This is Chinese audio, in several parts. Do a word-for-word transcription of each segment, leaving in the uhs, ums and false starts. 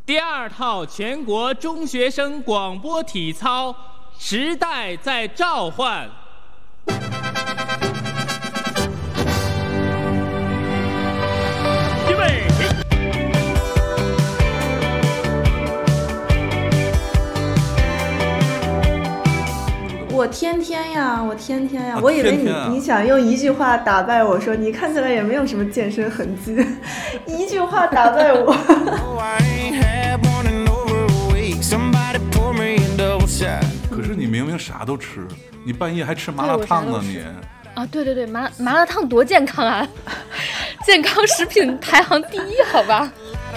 第二套全国中学生广播体操，时代在召唤。预备。 我天天呀，我天天呀，我以为你、啊、你想用一句话打败我说，你看起来也没有什么健身痕迹，一句话打败我。 可是你明明啥都吃，你半夜还吃麻辣烫呢你。 啊，对对对，麻麻辣烫多健康啊，健康食品排行第一，好吧。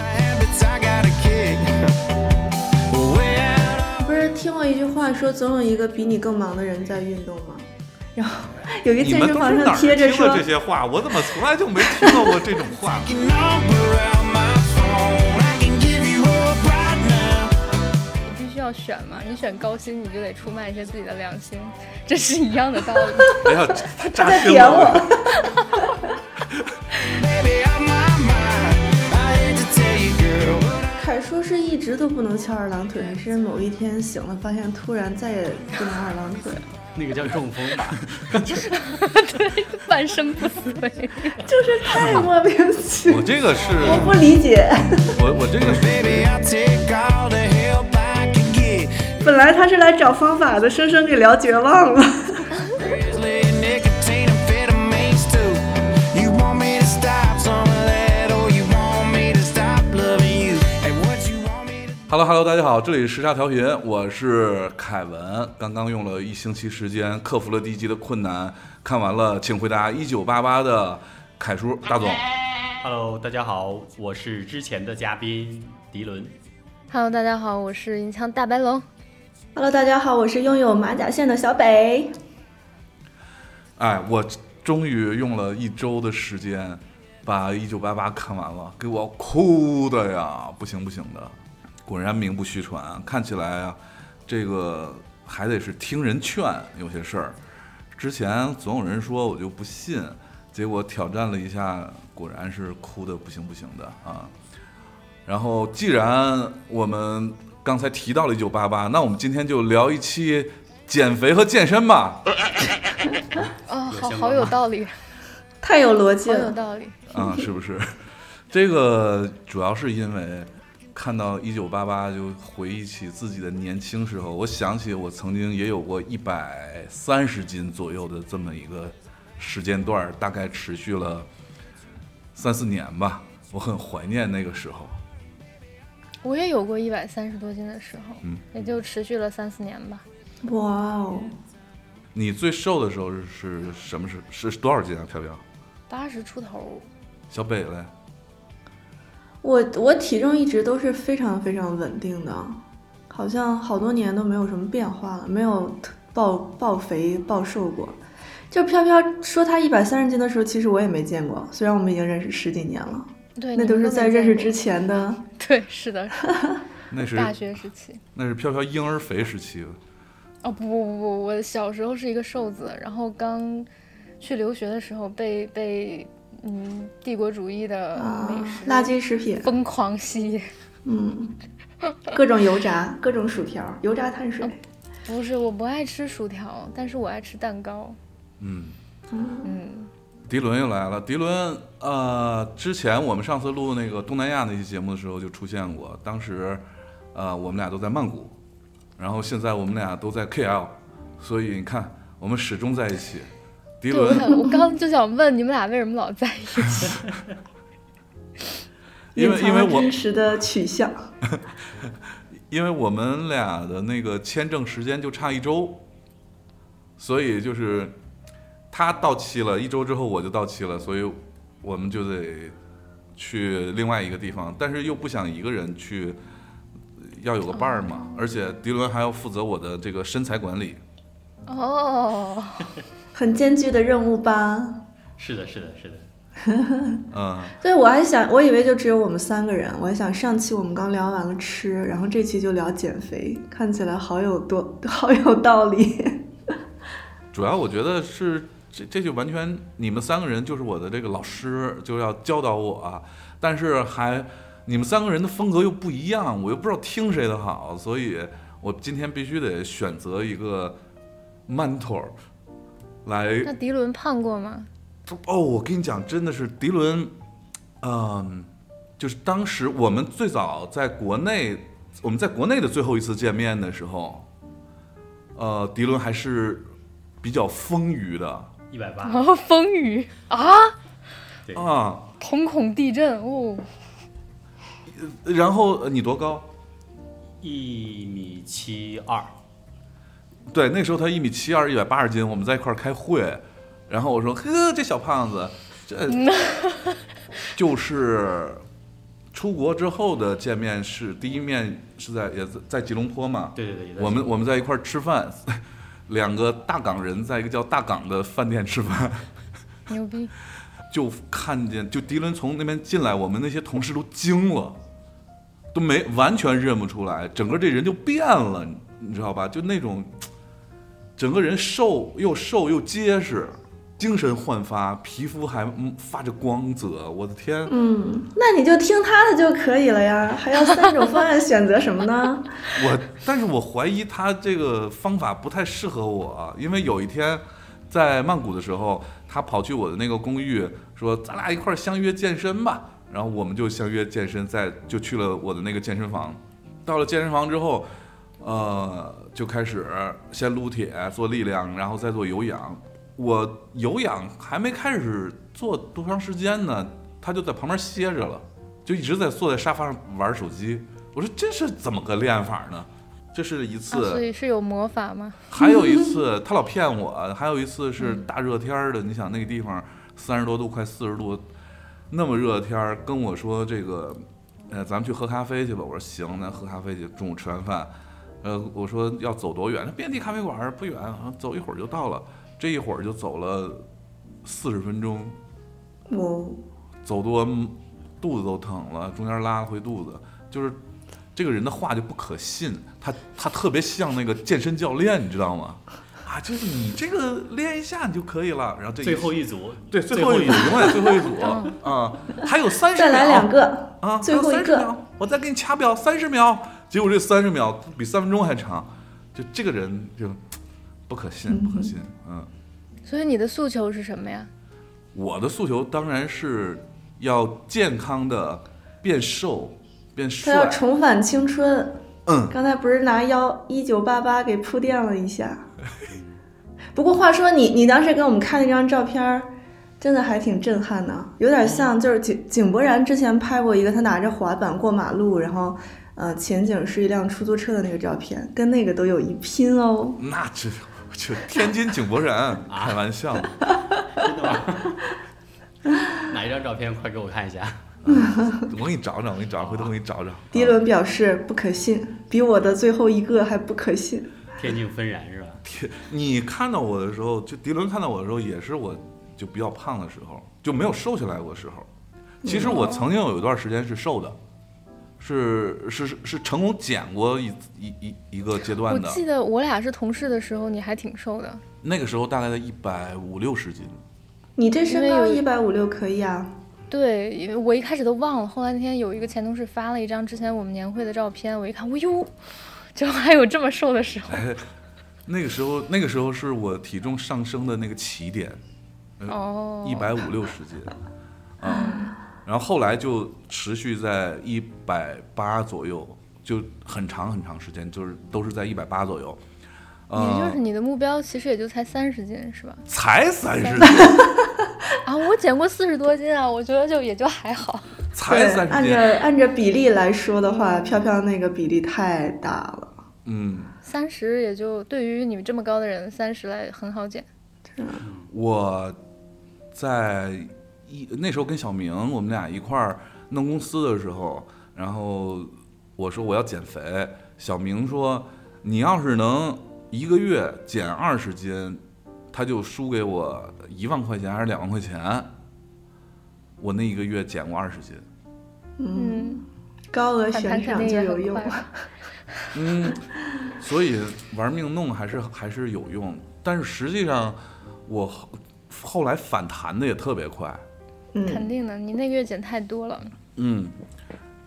听过一句话说，总有一个比你更忙的人在运动吗？然后有一个健身房上贴着说， 你们都是哪儿听了这些话，我怎么从来就没听到过这种话？你必须要选嘛，你选高薪，你就得出卖一些自己的良心，这是一样的道理。 哎呀，他他在点我。凯叔是一直都不能翘二郎腿，还是某一天醒了发现突然再也不能二郎腿？ 那个叫中风吧。 对，半身不遂， 就是太莫名其妙。 我这个是我不理解。 我我这个是本来他是来找方法的，生生给聊绝望了。 Hello Hello， 大家好，这里是时差调频，我是凯文。刚刚用了一星期时间克服了第一集的困难，看完了请回答一九八八的凯叔大总。 Hello， 大家好，我是之前的嘉宾迪伦。 Hello， 大家好，我是银枪大白龙。 Hello， 大家好，我是拥有马甲线的小北。 哎，我终于用了一周的时间把一九八八看完了，给我哭的呀，不行不行的。果然名不虚传，看起来啊，这个还得是听人劝，有些事儿。之前总有人说，我就不信，结果挑战了一下，果然是哭的不行不行的啊。然后，既然我们刚才提到了一九八八，那我们今天就聊一期减肥和健身吧。 啊、哦，好好有道理， 太有逻辑了， 好有道理啊，是不是？这个主要是因为看到一九八八就回忆起自己的年轻时候，我想起我曾经也有过一百三十斤左右的这么一个时间段，大概持续了三四年吧，我很怀念那个时候。 我也有过一百三十多斤的时候， 嗯， 也就持续了三四年吧。 哇哦！ 你最瘦的时候是是什么时？是多少斤啊？飘飘？ 八十出头。 小北嘞？ 我我体重一直都是非常非常稳定的，好像好多年都没有什么变化了，没有暴暴肥暴瘦过。就飘飘说他一百三十斤的时候，其实我也没见过，虽然我们已经认识十几年了。 对， 那都是在认识之前的。 对，是的。 那是大学时期。 那是飘飘婴儿肥时期了。 哦不不不不，我小时候是一个瘦子，然后刚去留学的时候被被。嗯，帝国主义的美食、 啊、垃圾食品疯狂吸引。 嗯，各种油炸，各种薯条，油炸碳水、哦。 不是，我不爱吃薯条，但是我爱吃蛋糕。 嗯嗯。 迪伦又来了，迪伦呃，之前我们上次录那个东南亚那期节目的时候就出现过，当时呃我们俩都在曼谷，然后现在我们俩都在 K L， 所以你看我们始终在一起。迪伦， 我刚刚就想问你们俩为什么老在一起？ 因为因为我真实的取向， 因为我们俩的那个签证时间就差一周，所以就是他到期了一周之后我就到期了，所以我们就得去另外一个地方，但是又不想一个人去，要有个伴儿嘛，而且迪伦还要负责我的这个身材管理。 哦。 很艰巨的任务吧？ 是的，是的，是的。 嗯， 对，我还想，我以为就只有我们三个人，我还想上期我们刚聊完了吃，然后这期就聊减肥，看起来好有多好有道理。 主要我觉得是这这就完全你们三个人就是我的这个老师，就要教导我啊，但是还你们三个人的风格又不一样，我又不知道听谁的好，所以我今天必须得选择一个 mentor 来。 那迪伦胖过吗？ 哦，我跟你讲，真的是迪伦，嗯，就是当时我们最早在国内，我们在国内的最后一次见面的时候，呃，迪伦还是比较丰腴的， 一百八， 哦，风雨啊， 对啊， 瞳孔地震哦。 然后呃你多高？ 一米七二， 对，那时候他一米七二，一百八十斤，我们在一块儿开会，然后我说，呵，这小胖子，这就是出国之后的见面是第一面是在也在在吉隆坡嘛， 对对对， 我们我们在一块儿吃饭，两个大港人在一个叫大港的饭店吃饭， 牛逼， 就看见就迪伦从那边进来，我们那些同事都惊了。都没完全认不出来，整个这人就变了，你知道吧？就那种，整个人瘦又瘦又结实，精神焕发，皮肤还发着光泽。我的天！ 嗯，那你就听他的就可以了呀，还要三种方案选择什么呢？ 我，但是我怀疑他这个方法不太适合我，因为有一天在曼谷的时候，他跑去我的那个公寓，说咱俩一块儿相约健身吧。然后我们就相约健身，在就去了我的那个健身房。到了健身房之后，呃，就开始先撸铁、做力量，然后再做有氧。我有氧还没开始做多长时间呢，他就在旁边歇着了，就一直在坐在沙发上玩手机。我说这是怎么个练法呢？这是一次， 啊、所以是有魔法吗？ 还有一次他老骗我，还有一次是大热天的，你想那个地方三十多度，快四十度。那么热的天儿，跟我说这个，呃，咱们去喝咖啡去吧。我说行，咱喝咖啡去。中午吃完饭，呃，我说要走多远？遍地咖啡馆不远，走一会儿就到了。这一会儿就走了四十分钟， 哦， 走多肚子都疼了，中间拉回肚子。就是这个人的话就不可信，他他特别像那个健身教练，你知道吗？啊，就是你这个练一下你就可以了，然后这最后一组， 对，最后一组，永远最后一组啊，还有三十秒， 再来两个啊， 最后一个， 我再给你掐表三十秒，结果这三十秒比三分钟还长，就这个人就不可信，不可信，嗯。 所以你的诉求是什么呀？ 我的诉求当然是要健康的变瘦变帅， 他要重返青春。 嗯， 刚才不是拿幺一九八八给铺垫了一下。不过话说你，你当时给我们看那张照片，真的还挺震撼的，有点像就是井井柏然之前拍过一个他拿着滑板过马路，然后呃前景是一辆出租车的那个照片，跟那个都有一拼哦。 那这就天津井柏然，开玩笑。 真的吗？哪一张照片？快给我看一下。 嗯、我给你找找，我给你找，回头我给你找找。 迪伦表示不可信，比我的最后一个还不可信。 天境纷然是吧？ 天，你看到我的时候，就迪伦看到我的时候，也是我就比较胖的时候，就没有瘦下来过的时候。其实我曾经有一段时间是瘦的，是是是是成功减过一一一一个阶段的。 我记得我俩是同事的时候，你还挺瘦的。 那个时候大概在一百五六十斤。 你这身高一百五六可以啊。 对，因为我一开始都忘了，后来那天有一个前同事发了一张之前我们年会的照片，我一看，哎呦，就还有这么瘦的时候。 哎，那个时候，那个时候是我体重上升的那个起点， 哦， 一百五六十斤，啊，然后后来就持续在一百八左右，就很长很长时间，就是都是在一百八左右。 也就是你的目标其实也就才三十斤是吧？ 才三十斤啊！我减过四十多斤啊，我觉得就也就还好。 才三十斤， 按着按着比例来说的话，飘飘那个比例太大了。 嗯， 三十也就对于你们这么高的人，三十来很好减。 我在一那时候跟小明我们俩一块儿弄公司的时候，然后我说我要减肥，小明说你要是能一个月减二十斤，他就输给我一万块钱还是两万块钱。我那一个月减过二十斤。 嗯，高额悬赏就有用。 嗯，所以玩命弄还是还是有用，但是实际上我后来反弹的也特别快。 嗯，肯定的，你那个月减太多了。 嗯，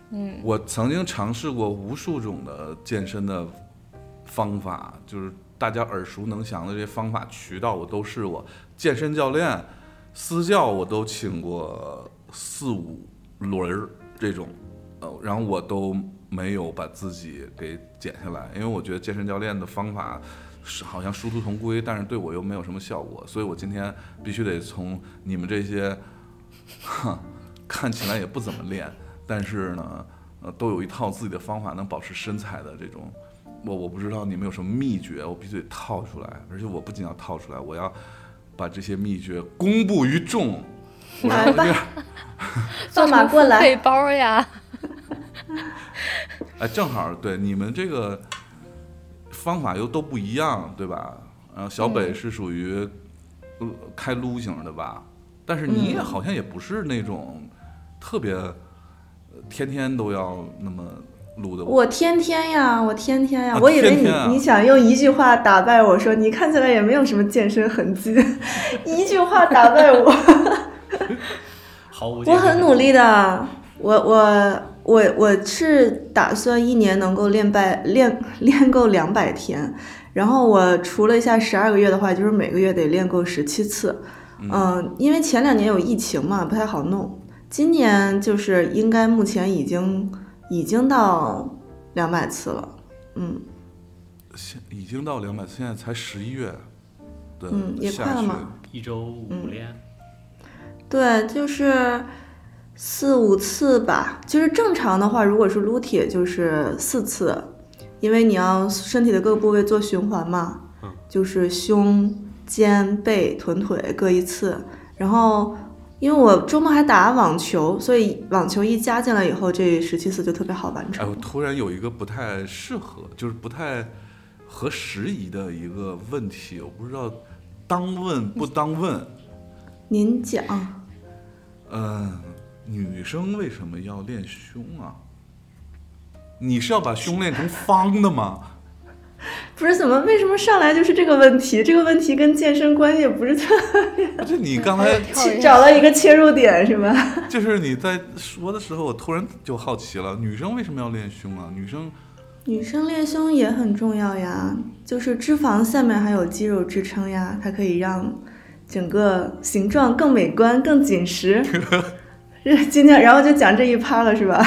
嗯， 我曾经尝试过无数种的健身的方法，就是大家耳熟能详的这些方法渠道我都试过，健身教练、私教我都请过四五轮这种，呃，然后我都没有把自己给减下来，因为我觉得健身教练的方法是好像殊途同归，但是对我又没有什么效果，所以我今天必须得从你们这些看起来也不怎么练，但是呢，呃，都有一套自己的方法能保持身材的这种，我我不知道你们有什么秘诀，我必须得套出来，而且我不仅要套出来，我要把这些秘诀公布于众。 来吧，放马过来， 背包呀！ 哎，正好对你们这个方法又都不一样，对吧？然后小北是属于、呃、开撸型的吧，但是你也好像也不是那种特别、呃、天天都要那么撸的。 我天天呀，我天天呀， 啊、 我以为你、 天天啊、 你想用一句话打败我说你看起来也没有什么健身痕迹，一句话打败我。 毫无。 我很努力的，我我我我是打算一年能够练百练练够两百天，然后我除了一下十二个月的话，就是每个月得练够十七次。嗯、呃，因为前两年有疫情嘛，不太好弄。今年就是应该目前已经已经到两百次了，嗯， 现已经到两百次，现在才十一月的， 嗯，也快了嘛， 一周五练。 嗯对，就是四五次吧。就是正常的话，如果是撸铁就是四次，因为你要身体的各个部位做循环嘛， 嗯、 就是胸、肩、背、臀腿各一次。然后，因为我周末还打网球，所以网球一加进来以后，这十七次就特别好完成。 哎，我突然有一个不太适合，就是不太合时宜的一个问题，我不知道当问不当问。 您讲。 嗯，女生为什么要练胸啊？你是要把胸练成方的吗？ 不是，怎么为什么上来就是这个问题？这个问题跟健身关系也不是特别。 就你刚才找到一个切入点是吧？ 就是你在说的时候，我突然就好奇了，女生为什么要练胸啊？女生， 女生练胸也很重要呀，就是脂肪下面还有肌肉支撑呀，它可以让整个形状更美观、更紧实。今天然后就讲这一趴了，是吧？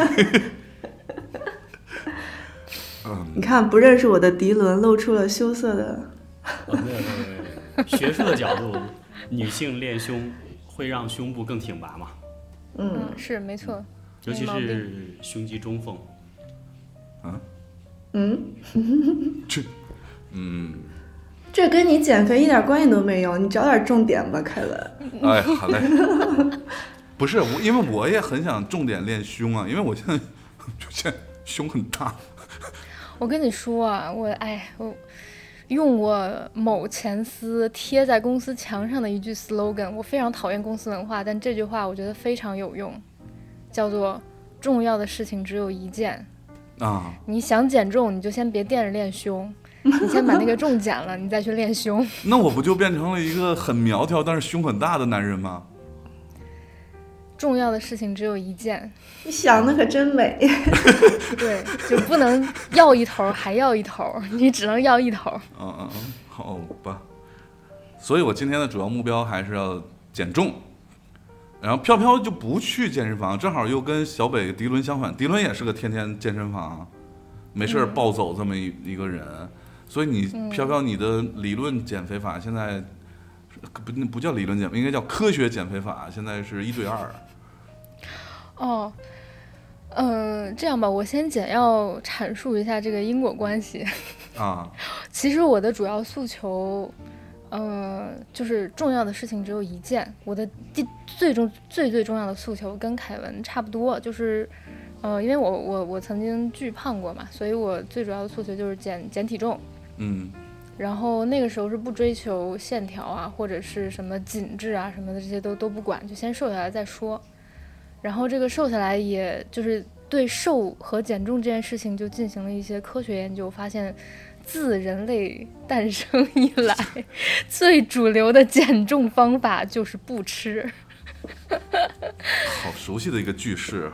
嗯， 你看，不认识我的迪伦露出了羞涩的。 哦，对对对，学术的角度，女性练胸会让胸部更挺拔嘛？ 嗯， 嗯是没错， 尤其是胸肌中缝。 啊？ 嗯？ 这，嗯。 这跟你减肥一点关系都没有，你找点重点吧，凯文。 哎，好嘞。不是我，因为我也很想重点练胸啊，因为我现在就现在胸很大。 我跟你说啊，我哎我用我某前司贴在公司墙上的一句 slogan， 我非常讨厌公司文化，但这句话我觉得非常有用，叫做重要的事情只有一件啊。 你想减重，你就先别惦着练胸。你先把那个重减了，你再去练胸。 那我不就变成了一个很苗条但是胸很大的男人吗？ 重要的事情只有一件。 你想的可真美。 对，就不能要一头还要一头，你只能要一头。 嗯嗯嗯，好吧。所以我今天的主要目标还是要减重。然后飘飘就不去健身房，正好又跟小北迪伦相反，迪伦也是个天天健身房没事暴走这么一一个人。所以你飘飘，你的理论减肥法现在不不叫理论减肥，应该叫科学减肥法，现在是一对二。 哦，呃，这样吧，我先简要阐述一下这个因果关系。 啊， 其实我的主要诉求，呃，就是重要的事情只有一件。我的第最重最最重要的诉求跟凯文差不多，就是。呃，因为我我我曾经巨胖过嘛，所以我最主要的诉求就是减减体重。 嗯， 然后那个时候是不追求线条啊，或者是什么紧致啊什么的，这些都都不管，就先瘦下来再说。然后这个瘦下来，也就是对瘦和减重这件事情就进行了一些科学研究，发现自人类诞生以来最主流的减重方法就是不吃。 好熟悉的一个句式。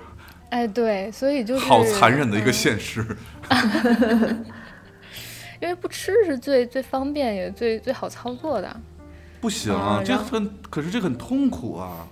哎，对，所以就是好残忍的一个现实。 嗯、因为不吃是最最方便也最最好操作的。 不行，啊、这很可是这很痛苦啊。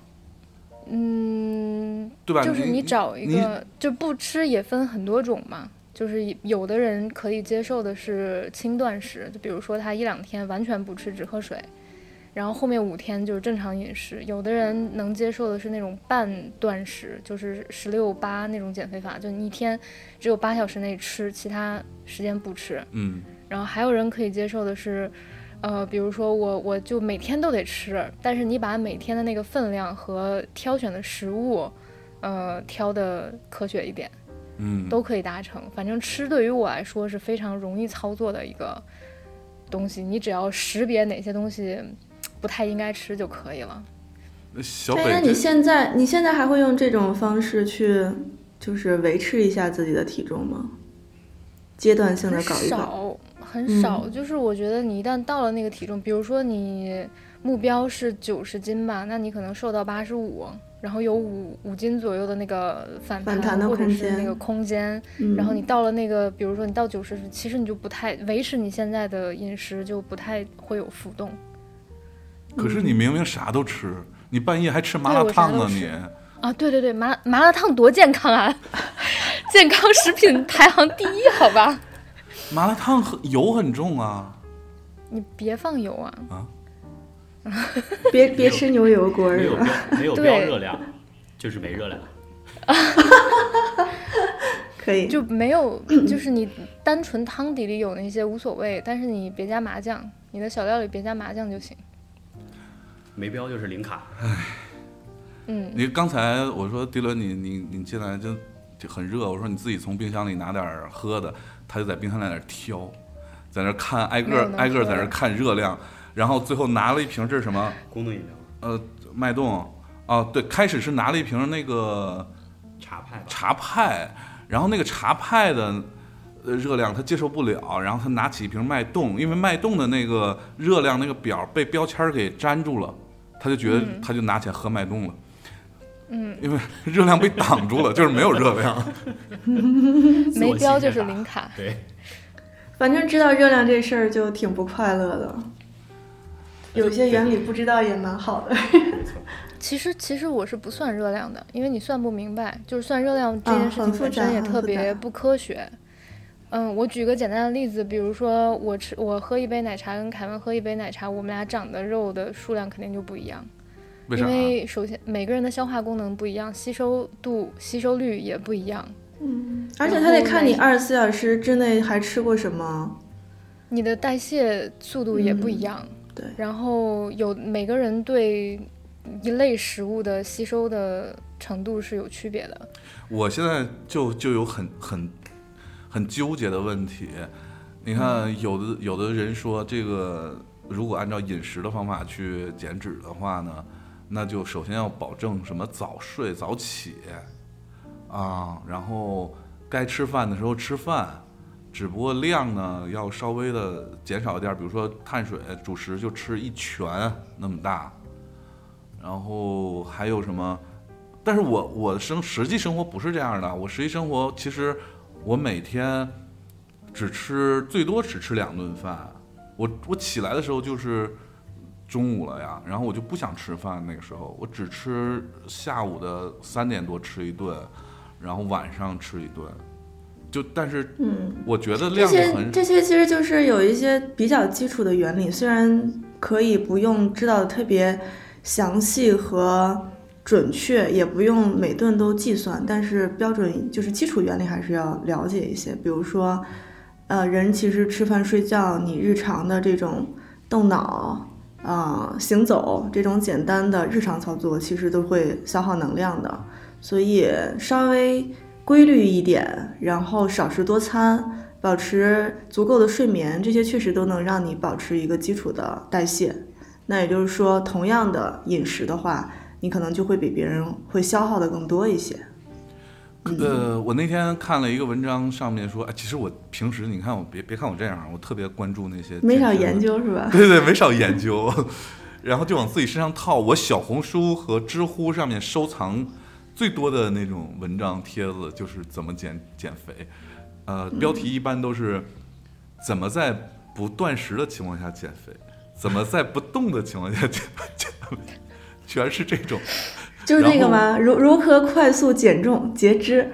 嗯， 对吧？ 就是你找一个， 你就不吃也分很多种嘛。就是有的人可以接受的是轻断食，就比如说他一两天完全不吃，只喝水。然后后面五天就是正常饮食，有的人能接受的是那种半断食，就是十六八那种减肥法，就你一天只有八小时内吃，其他时间不吃。 嗯， 然后还有人可以接受的是，呃，比如说我我就每天都得吃，但是你把每天的那个分量和挑选的食物，呃，挑的科学一点， 嗯， 都可以达成。反正吃对于我来说是非常容易操作的一个东西，你只要识别哪些东西不太应该吃就可以了。 小北， 那你现在你现在还会用这种方式去就是维持一下自己的体重吗？阶段性的搞一搞。 很少，很少、 嗯。 就是我觉得你一旦到了那个体重，比如说你目标是九十斤吧，那你可能瘦到八十五，然后有五五斤左右的那个反弹， 反弹的或者空间是那个空间、 嗯， 然后你到了那个，比如说你到九十，其实你就不太维持你现在的饮食，就不太会有浮动。 可是你明明啥都吃，你半夜还吃麻辣烫呢，你啊，对对对，麻麻辣烫多健康啊，健康食品排行第一，好吧？ 麻辣烫油很重啊， 你别放油啊！ 啊， 别别吃牛油锅没有标没有标热量，就是没热量。 可以， 就没有，就是你单纯汤底里有那些无所谓，但是你别加麻酱，你的小料里别加麻酱就行。 没标就是零卡。 唉， 嗯， 你刚才我说迪伦，你你你进来就就很热，我说你自己从冰箱里拿点喝的，他就在冰箱里那挑，在那看挨个挨个在那看热量，然后最后拿了一瓶这是什么？ 功能饮料。 呃，脉动。哦，对，开始是拿了一瓶那个茶派茶派，然后那个茶派的热量他接受不了，然后他拿起一瓶脉动，因为脉动的那个热量那个表被标签给粘住了，他就觉得他就拿起来喝脉动了。 嗯， 因为热量被挡住了，就是没有热量。 没标就是零卡。 对， 反正知道热量这事儿就挺不快乐的。有些原理不知道也蛮好的。 其实其实我是不算热量的，因为你算不明白，就是算热量这件事情本身也特别不科学。嗯，我举个简单的例子，比如说我吃我喝一杯奶茶跟凯文喝一杯奶茶，我们俩长的肉的数量肯定就不一样。 为啥？ 因为首先每个人的消化功能不一样，吸收度、吸收率也不一样。 嗯，而且他得看你二十四小时之内还吃过什么， 你的代谢速度也不一样。 嗯、对。 然后有每个人对一类食物的吸收的程度是有区别的。 我现在就就有很很很纠结的问题。你看，有的有的人说，这个如果按照饮食的方法去减脂的话呢，那就首先要保证什么早睡早起啊，然后该吃饭的时候吃饭，只不过量呢要稍微的减少一点，比如说碳水主食就吃一拳那么大，然后还有什么？但是我我的生实际生活不是这样的，我实际生活其实我每天只吃最多只吃两顿饭，我我起来的时候就是中午了呀，然后我就不想吃饭，那个时候我只吃下午的三点多吃一顿，然后晚上吃一顿，就但是嗯， 我觉得量很这些这些其实就是有一些比较基础的原理，虽然可以不用知道的特别详细和准确，也不用每顿都计算，但是标准就是基础原理还是要了解一些。比如说，呃，人其实吃饭睡觉，你日常的这种动脑啊、呃、行走这种简单的日常操作，其实都会消耗能量的。所以稍微规律一点，然后少食多餐，保持足够的睡眠，这些确实都能让你保持一个基础的代谢。那也就是说，同样的饮食的话，你可能就会比别人会消耗的更多一些。 呃，我那天看了一个文章，上面说，哎，其实我平时你看我别别看我这样，我特别关注那些没少研究是吧？ 对对，没少研究，然后就往自己身上套。我小红书和知乎上面收藏最多的那种文章帖子就是怎么减减肥，呃，标题一般都是怎么在不断食的情况下减肥，怎么在不动的情况下减减肥，全是这种。 就是那个吗？如如何快速减重截肢？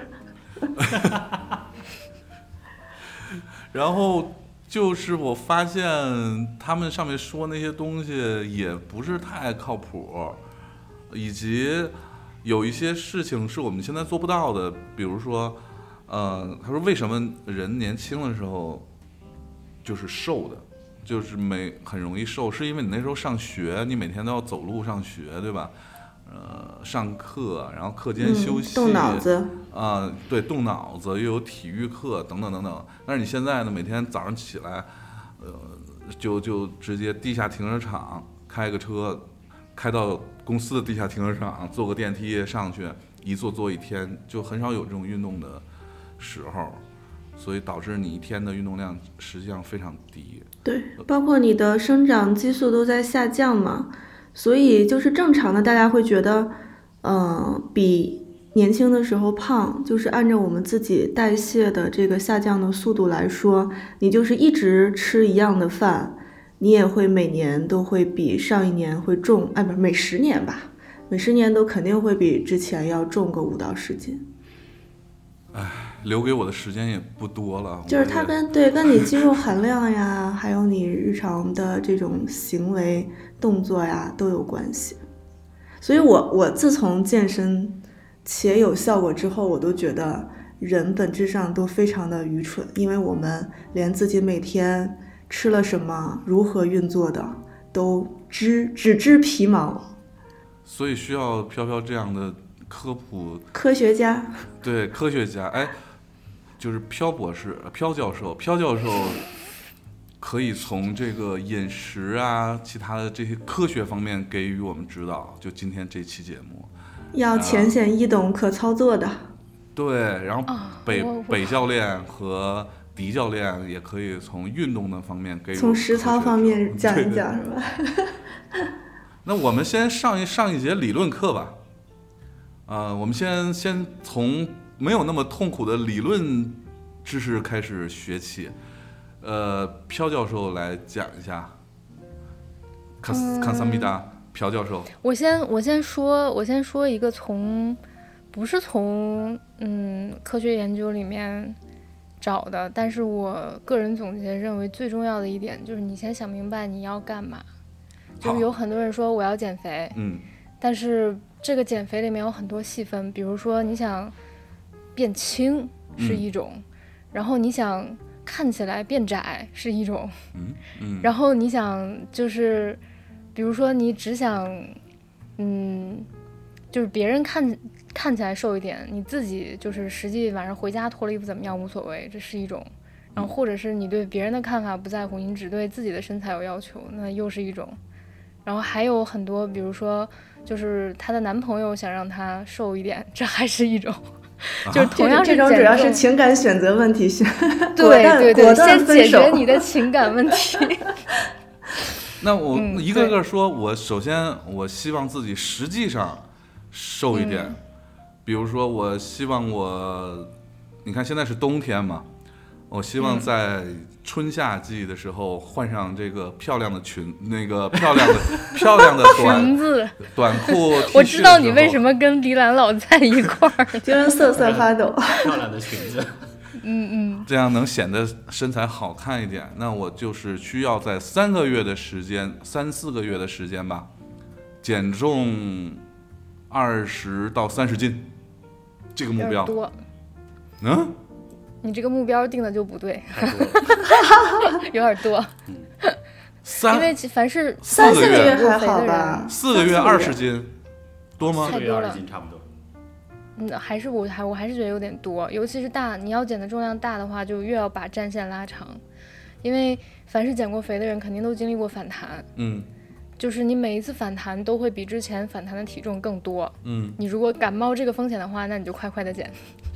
然后就是我发现他们上面说那些东西也不是太靠谱，以及有一些事情是我们现在做不到的，比如说，呃，他说为什么人年轻的时候就是瘦的，就是没很容易瘦，是因为你那时候上学，你每天都要走路上学，对吧？呃，上课，然后课间休息， 嗯、动脑子啊、呃，对，动脑子，又有体育课等等等等。但是你现在呢，每天早上起来，呃，就就直接地下停车场开个车，开到公司的地下停车场，坐个电梯上去，一坐坐一天，就很少有这种运动的时候，所以导致你一天的运动量实际上非常低。 对，包括你的生长激素都在下降嘛。所以就是正常的，大家会觉得，嗯、呃，比年轻的时候胖，就是按照我们自己代谢的这个下降的速度来说，你就是一直吃一样的饭，你也会每年都会比上一年会重，哎，不是每十年吧，每十年都肯定会比之前要重个五到十斤。 唉，留给我的时间也不多了。 就是它跟对跟你肌肉含量呀，还有你日常的这种行为动作呀都有关系。所以我我自从健身且有效果之后，我都觉得人本质上都非常的愚蠢，因为我们连自己每天吃了什么、如何运作的都知只知皮毛。 所以需要飘飘这样的科普科学家， 对科学家，哎，就是飘博士、飘教授、飘教授可以从这个饮食啊、其他的这些科学方面给予我们指导。就今天这期节目， 要浅显易懂、可操作的。 对，然后北、 哦、 北教练和狄教练也可以从运动的方面给予从实操方面讲一讲，是吧？ 那我们先上一上一节理论课吧。呃，我们先先从没有那么痛苦的理论知识开始学起。呃，朴教授来讲一下。康康萨米达，朴教授。 我先我先说，我先说一个从不是从嗯科学研究里面找的，但是我个人总结认为最重要的一点就是你先想明白你要干嘛。就是有很多人说我要减肥， 嗯， 但是这个减肥里面有很多细分，比如说你想变轻是一种，嗯、然后你想看起来变窄是一种， 嗯嗯， 然后你想就是比如说你只想嗯就是别人看看起来瘦一点，你自己就是实际晚上回家脱了衣服怎么样无所谓，这是一种。然后或者是你对别人的看法不在乎，你只对自己的身材有要求，那又是一种。然后还有很多，比如说就是她的男朋友想让她瘦一点，这还是一种。啊、就是同样是这种主要是情感选择问题， 对对对，先解决你的情感问题。 那我一个个说，嗯、我首先我希望自己实际上瘦一点，嗯、比如说我希望我，你看现在是冬天嘛，我希望在春夏季的时候换上这个漂亮的裙，那个漂亮的漂亮的短裙子、 短裤。 我知道你为什么跟迪兰老在一块儿， 就是瑟瑟发抖。 漂亮的裙子， 嗯嗯， 这样能显得身材好看一点。那我就是需要在三个月的时间，三四个月的时间吧，减重二十到三十斤，这个目标。 多。 嗯。 你这个目标定的就不对，有点多。 三， 因为凡是三四个月还好吧？ 四个月二十斤，多吗？ 四个月二十斤差不多。 嗯，还是我还我还是觉得有点多，尤其是大，你要减的重量大的话，就越要把战线拉长，因为凡是减过肥的人，肯定都经历过反弹。 嗯。 就是你每一次反弹都会比之前反弹的体重更多。 嗯。 你如果敢冒这个风险的话，那你就快快的减。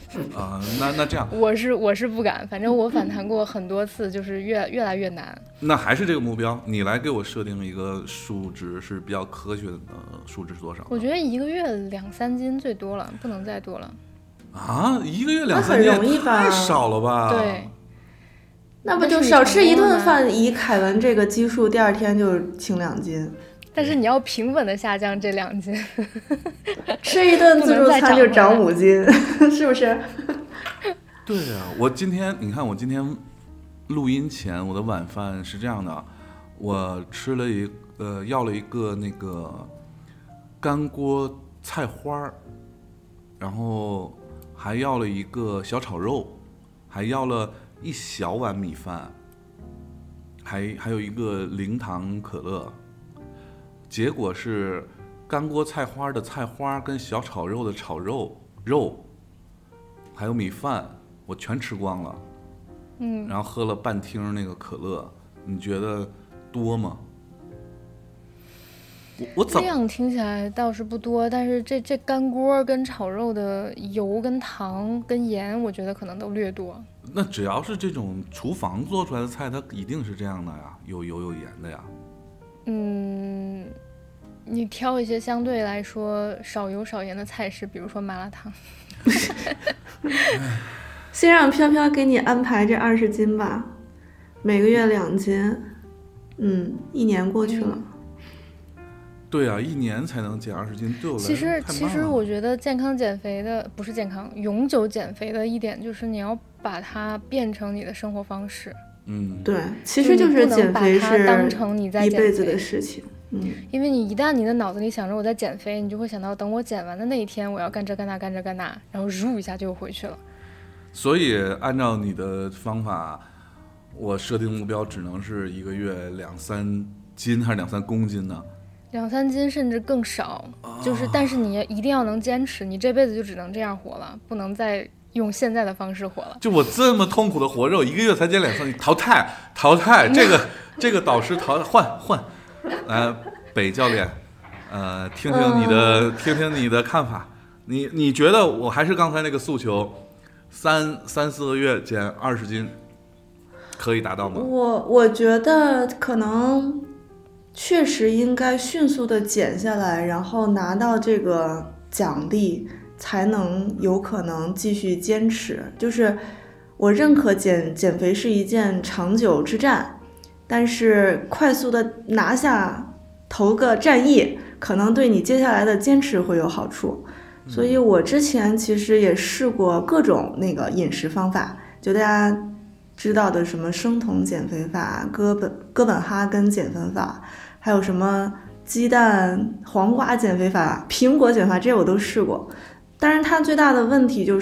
啊、那那这样， 我是我是不敢，反正我反弹过很多次，就是越越来越难。 那还是这个目标，你来给我设定一个数值是比较科学的数值是多少？ 我觉得一个月两三斤最多了，不能再多了。 啊，一个月两三斤那很容易吧太少了吧？ 对， 那不就少吃一顿饭，以凯文这个基数，第二天就轻两斤。 但是你要平稳的下降这两斤， 吃一顿自助餐就长五斤，是不是？ 对啊，我今天你看，我今天录音前我的晚饭是这样的，我吃了一呃要了一个那个干锅菜花，然后还要了一个小炒肉，还要了一小碗米饭，还还有一个零糖可乐。结果是干锅菜花的菜花跟小炒肉的炒肉肉，还有米饭，我全吃光了。 嗯， 然后喝了半听那个可乐，你觉得多吗？我我怎量听起来倒是不多，但是这这干锅跟炒肉的油跟糖跟盐，我觉得可能都略多。 那只要是这种厨房做出来的菜，它一定是这样的呀，有油有盐的呀。 嗯，你挑一些相对来说少油少盐的菜式，比如说麻辣烫。 先让飘飘给你安排这二十斤吧，每个月两斤，嗯，一年过去了。 嗯对啊，一年才能减二十斤，对我来说其实太慢其实了我觉得健康减肥的不是健康，永久减肥的一点就是你要把它变成你的生活方式。 嗯， 对，其实就是减肥就你不能把它当是成你在一减肥辈子的事情。嗯， 因为你一旦你的脑子里想着我在减肥，你就会想到等我减完的那一天，我要干这干那干这干那，然后入一下就回去了。 所以按照你的方法，我设定目标只能是一个月两三斤还是两三公斤呢？ 两三斤甚至更少，就是但是你一定要能坚持，你这辈子就只能这样活了，不能再用现在的方式活了。 就我这么痛苦的活着，我一个月才减两三斤，淘汰淘汰，这个这个导师淘汰换换，来北教练，呃，听听你的、嗯、听听你的看法，你你觉得我还是刚才那个诉求，三三四个月减二十斤，可以达到吗？ 我我觉得可能。确实应该迅速的减下来，然后拿到这个奖励，才能有可能继续坚持。就是我认可减减肥是一件长久之战，但是快速的拿下头个战役，可能对你接下来的坚持会有好处。所以我之前其实也试过各种那个饮食方法，就大家知道的什么生酮减肥法、哥本哥本哈根减肥法，还有什么鸡蛋黄瓜减肥法、苹果减肥法，这些我都试过。当然它最大的问题就是，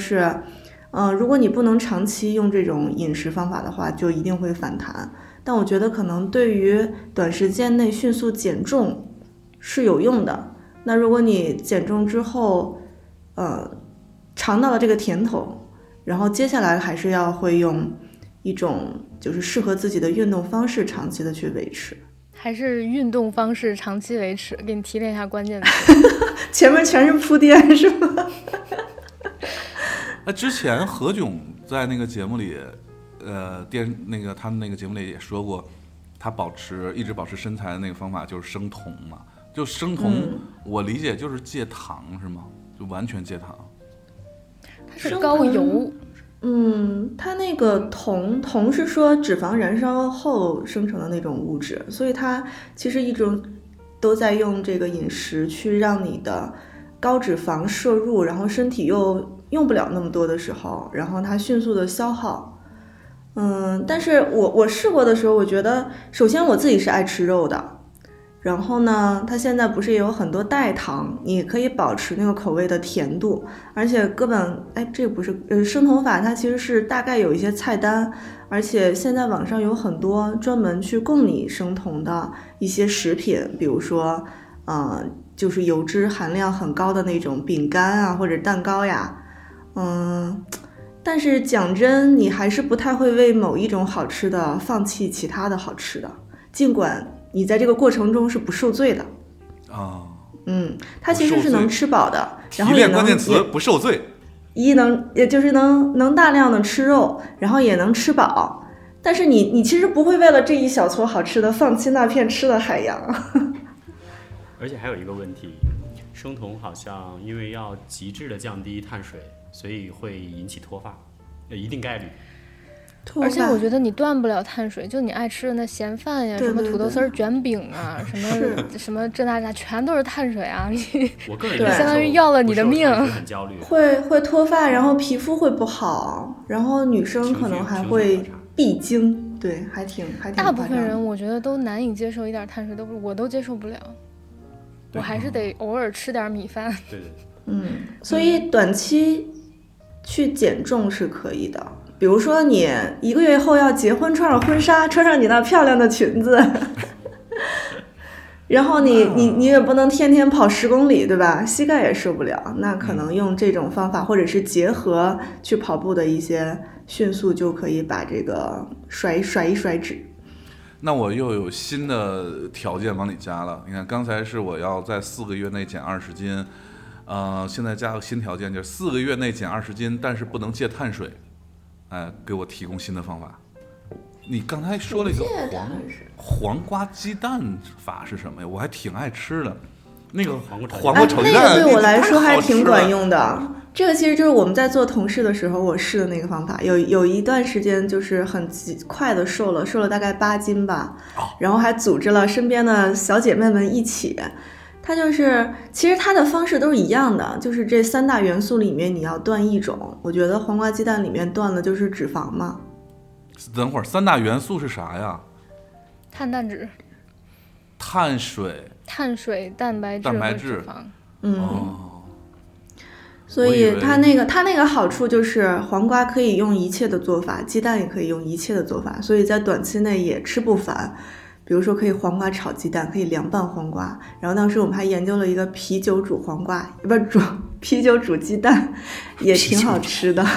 呃，如果你不能长期用这种饮食方法的话，就一定会反弹。但我觉得可能对于短时间内迅速减重是有用的。那如果你减重之后，呃，尝到了这个甜头，然后接下来还是要会用一种就是适合自己的运动方式长期的去维持。 还是运动方式长期维持，给你提炼一下关键词。 前面全是铺垫是吗？ 那之前何炅在那个节目里，呃，电那个他们那个节目里也说过，他保持一直保持身材的那个方法就是生酮嘛，就生酮，嗯、我理解就是戒糖是吗？就完全戒糖。 它是高油。 嗯，它那个酮酮是说脂肪燃烧后生成的那种物质，所以它其实一直都在用这个饮食去让你的高脂肪摄入，然后身体又用不了那么多的时候，然后它迅速的消耗。嗯，但是我我试过的时候，我觉得首先我自己是爱吃肉的。然后呢，它现在不是也有很多代糖，你可以保持那个口味的甜度，而且根本，哎，这个不是，呃，生酮法它其实是大概有一些菜单，而且现在网上有很多专门去供你生酮的一些食品，比如说，呃，就是油脂含量很高的那种饼干啊，或者蛋糕呀，嗯，但是讲真，你还是不太会为某一种好吃的放弃其他的好吃的，尽管你在这个过程中是不受罪的啊， 嗯，它其实是能吃饱的，然后提炼关键词不受罪。 一能也就是能能大量的吃肉，然后也能吃饱，但是你你其实不会为了这一小撮好吃的放弃那片吃的海洋。 而且还有一个问题，生酮好像因为要极致的降低碳水，所以会引起脱发，有一定概率。 而且我觉得你断不了碳水，就你爱吃的那咸饭呀， 对对对什么土豆丝卷饼啊，什么什么这那那，全都是碳水啊！你我个人相当于要了你的命， 很焦虑， 会会脱发，然后皮肤会不好，然后女生可能还会闭经，对，还挺还挺。 大部分人我觉得都难以接受一点碳水，都我都接受不了，我还是得偶尔吃点米饭。 对对， 嗯，所以短期去减重是可以的。比如说你一个月后要结婚，穿上婚纱，穿上你那漂亮的裙子，然后你你你也不能天天跑十公里，对吧？膝盖也受不了，那可能用这种方法，或者是结合去跑步的一些迅速，就可以把这个甩甩一甩脂。 那我又有新的条件往里加了。你看，刚才是我要在四个月内减二十斤，呃，现在加个新条件，就是四个月内减二十斤，但是不能戒碳水。哎，给我提供新的方法。你刚才说了一个黄黄瓜鸡蛋法是什么呀？我还挺爱吃的。那个黄瓜黄瓜炒鸡蛋、 啊，那个对我来说还挺管用的。这个其实就是我们在做同事的时候我试的那个方法。有有一段时间就是很快的瘦了，瘦了大概八斤吧，然后还组织了身边的小姐妹们一起。它就是，其实它的方式都是一样的，就是这三大元素里面你要断一种。我觉得黄瓜鸡蛋里面断的就是脂肪嘛。 等会儿，三大元素是啥呀？ 碳、氮、酯。 碳水、 碳水、蛋白质、 蛋白质、 脂肪。 嗯。 哦。 所以它那个它那个好处就是黄瓜可以用一切的做法，鸡蛋也可以用一切的做法，所以在短期内也吃不烦。比如说可以黄瓜炒鸡蛋，可以凉拌黄瓜，然后当时我们还研究了一个啤酒煮黄瓜，不是煮啤酒煮鸡蛋，也挺好吃的。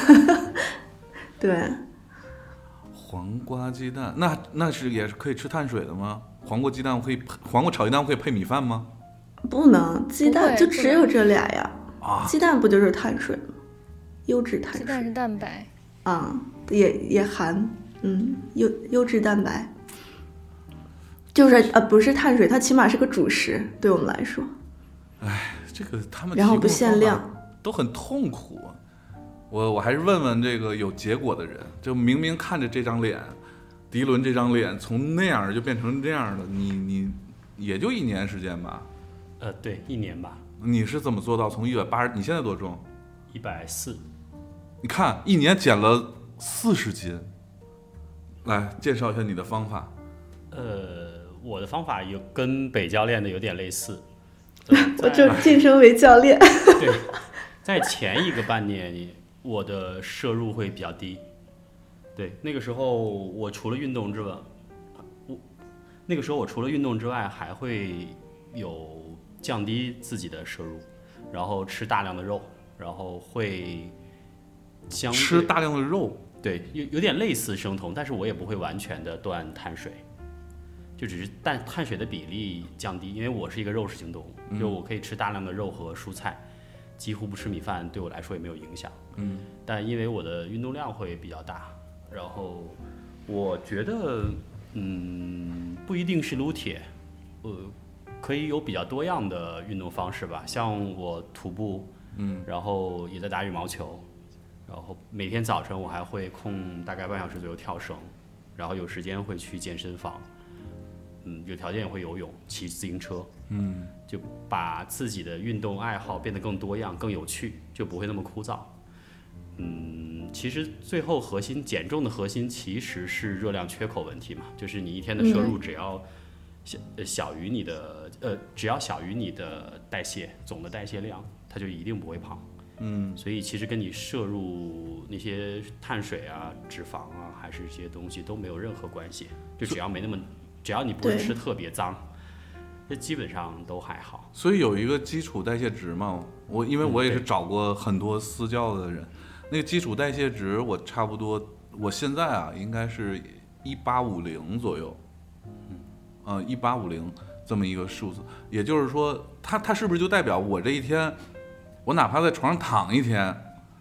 对， 黄瓜鸡蛋，那那是也是可以吃碳水的吗？黄瓜鸡蛋可以，黄瓜炒鸡蛋可以配米饭吗？ 不能，鸡蛋就只有这俩呀。 啊， 鸡蛋不就是碳水吗？优质碳水。 鸡蛋是蛋白。 啊、嗯，也也含嗯优优质蛋白。就是呃不是碳水，它起码是个主食，对我们来说。 哎，这个他们然后不限量， 都很痛苦。我我还是问问这个有结果的人，就明明看着这张脸，迪伦这张脸从那样就变成这样的，你你也就一年时间吧？ 呃，对，一年吧。 你是怎么做到从一百八十？你现在多重？ 一百四。 你看，一年减了四十斤。来介绍一下你的方法。 呃。我的方法有跟北教练的有点类似， 我就晋升为教练。 对，在前一个半年，我的摄入会比较低。对，那个时候我除了运动之外，我那个时候我除了运动之外，还会有降低自己的摄入，然后吃大量的肉，然后会相吃大量的肉。 对，有有点类似生酮，但是我也不会完全的断碳水。就只是但碳水的比例降低，因为我是一个肉食性动物，就我可以吃大量的肉和蔬菜，几乎不吃米饭，对我来说也没有影响。 嗯， 但因为我的运动量会比较大，然后我觉得，嗯，不一定是撸铁，呃，可以有比较多样的运动方式吧，像我徒步， 嗯， 然后也在打羽毛球，然后每天早晨我还会空大概半小时左右跳绳，然后有时间会去健身房。嗯，有条件也会游泳、骑自行车， 嗯， 就把自己的运动爱好变得更多样、更有趣，就不会那么枯燥。嗯，其实最后核心减重的核心其实是热量缺口问题嘛，就是你一天的摄入只要小、嗯、小于你的呃，只要小于你的代谢总的代谢量，它就一定不会胖。 嗯， 所以其实跟你摄入那些碳水啊、脂肪啊，还是这些东西都没有任何关系，就只要没那么。只要你不是吃特别脏，这基本上都还好。 所以有一个基础代谢值嘛，我因为我也是找过很多私教的人，嗯、那个基础代谢值我差不多，我现在啊应该是一八五零左右，嗯，呃一八五零这么一个数字，也就是说，它它是不是就代表我这一天，我哪怕在床上躺一天，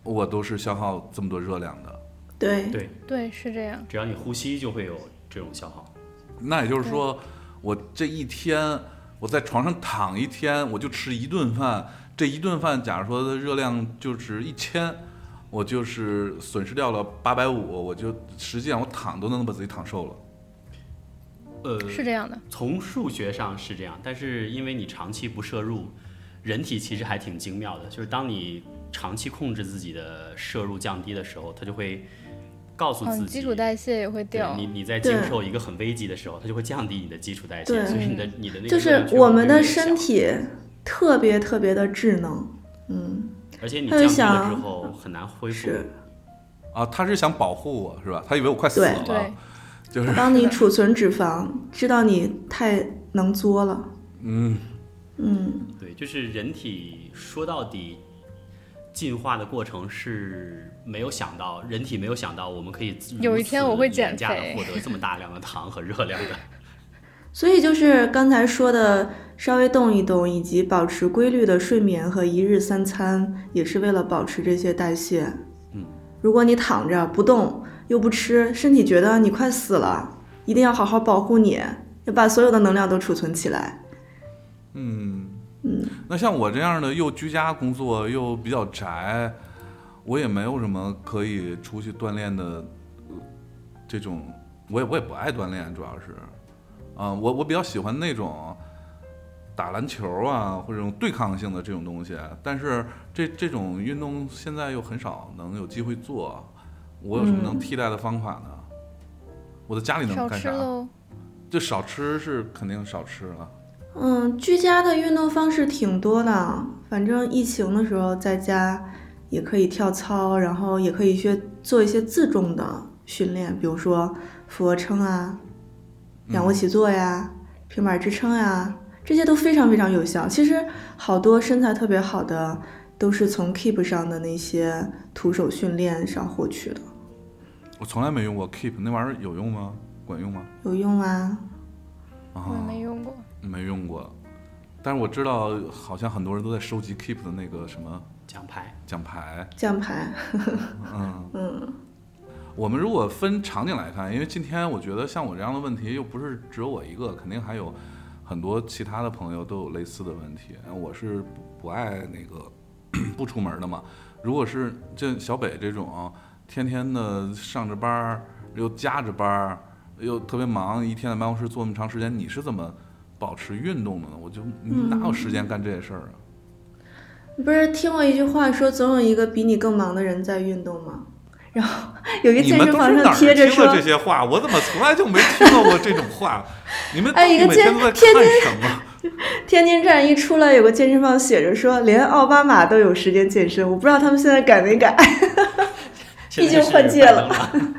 我都是消耗这么多热量的。 对对对，是这样。 只要你呼吸，就会有这种消耗。 那也就是说，我这一天我在床上躺一天，我就吃一顿饭，这一顿饭假如说的热量就是一千，我就是损失掉了八百五，我就实际上我躺都能把自己躺瘦了。 呃， 是这样的。 从数学上是这样，但是因为你长期不摄入，人体其实还挺精妙的，就是当你长期控制自己的摄入降低的时候，它就会告诉自己， 哦、基础代谢也会掉。 你你在经受一个很危急的时候，它就会降低你的基础代谢，所以你的你的那个就是我们的身体特别特别的智能，嗯， 而且你降低了之后很难恢复。 啊，他是想保护我是吧？他以为我快死了， 对， 就是帮你储存脂肪，知道你太能作了。 嗯嗯， 对，就是人体说到底。进化的过程是没有想到，人体没有想到我们可以有一天我会减肥，获得这么大量的糖和热量的。 所以就是刚才说的，稍微动一动，以及保持规律的睡眠和一日三餐，也是为了保持这些代谢。 嗯， 如果你躺着不动又不吃，身体觉得你快死了，一定要好好保护你，要把所有的能量都储存起来。 嗯。 嗯， 那像我这样的又居家工作又比较宅，我也没有什么可以出去锻炼的、呃、这种，我也我也不爱锻炼，主要是，啊、呃，我我比较喜欢那种打篮球啊或者这种对抗性的这种东西，但是这这种运动现在又很少能有机会做，我有什么能替代的方法呢？嗯、我在家里能干啥？就少吃是肯定少吃了。 嗯，居家的运动方式挺多的，反正疫情的时候在家也可以跳操，然后也可以去做一些自重的训练，比如说俯卧撑啊、仰卧起坐呀、嗯、平板支撑呀，这些都非常非常有效。其实好多身材特别好的都是从 Keep 上的那些徒手训练上获取的。 我从来没用过 Keep， 那玩意儿有用吗？管用吗？ 有用啊。 我没用过。 没用过，但是我知道好像很多人都在收集 Keep 的那个什么奖牌， 奖牌， 奖牌。 嗯嗯， 我们如果分场景来看，因为今天我觉得像我这样的问题又不是只有我一个，肯定还有很多其他的朋友都有类似的问题。我是不爱那个不出门的嘛。如果是这小北这种天天的上着班又加着班又特别忙，一天在办公室坐那么长时间，你是怎么保持运动的呢？我就哪有时间干这些事儿啊？ 你、嗯、不是听过一句话说，总有一个比你更忙的人在运动吗？然后有一个健身房上贴着说， 你们都是哪儿听的这些话，我怎么从来就没听到过这种话？你们哎，一个健每天都在看什么？ 天津站一出来，有个健身房写着说，连奥巴马都有时间健身，我不知道他们现在改没改。毕竟换届了。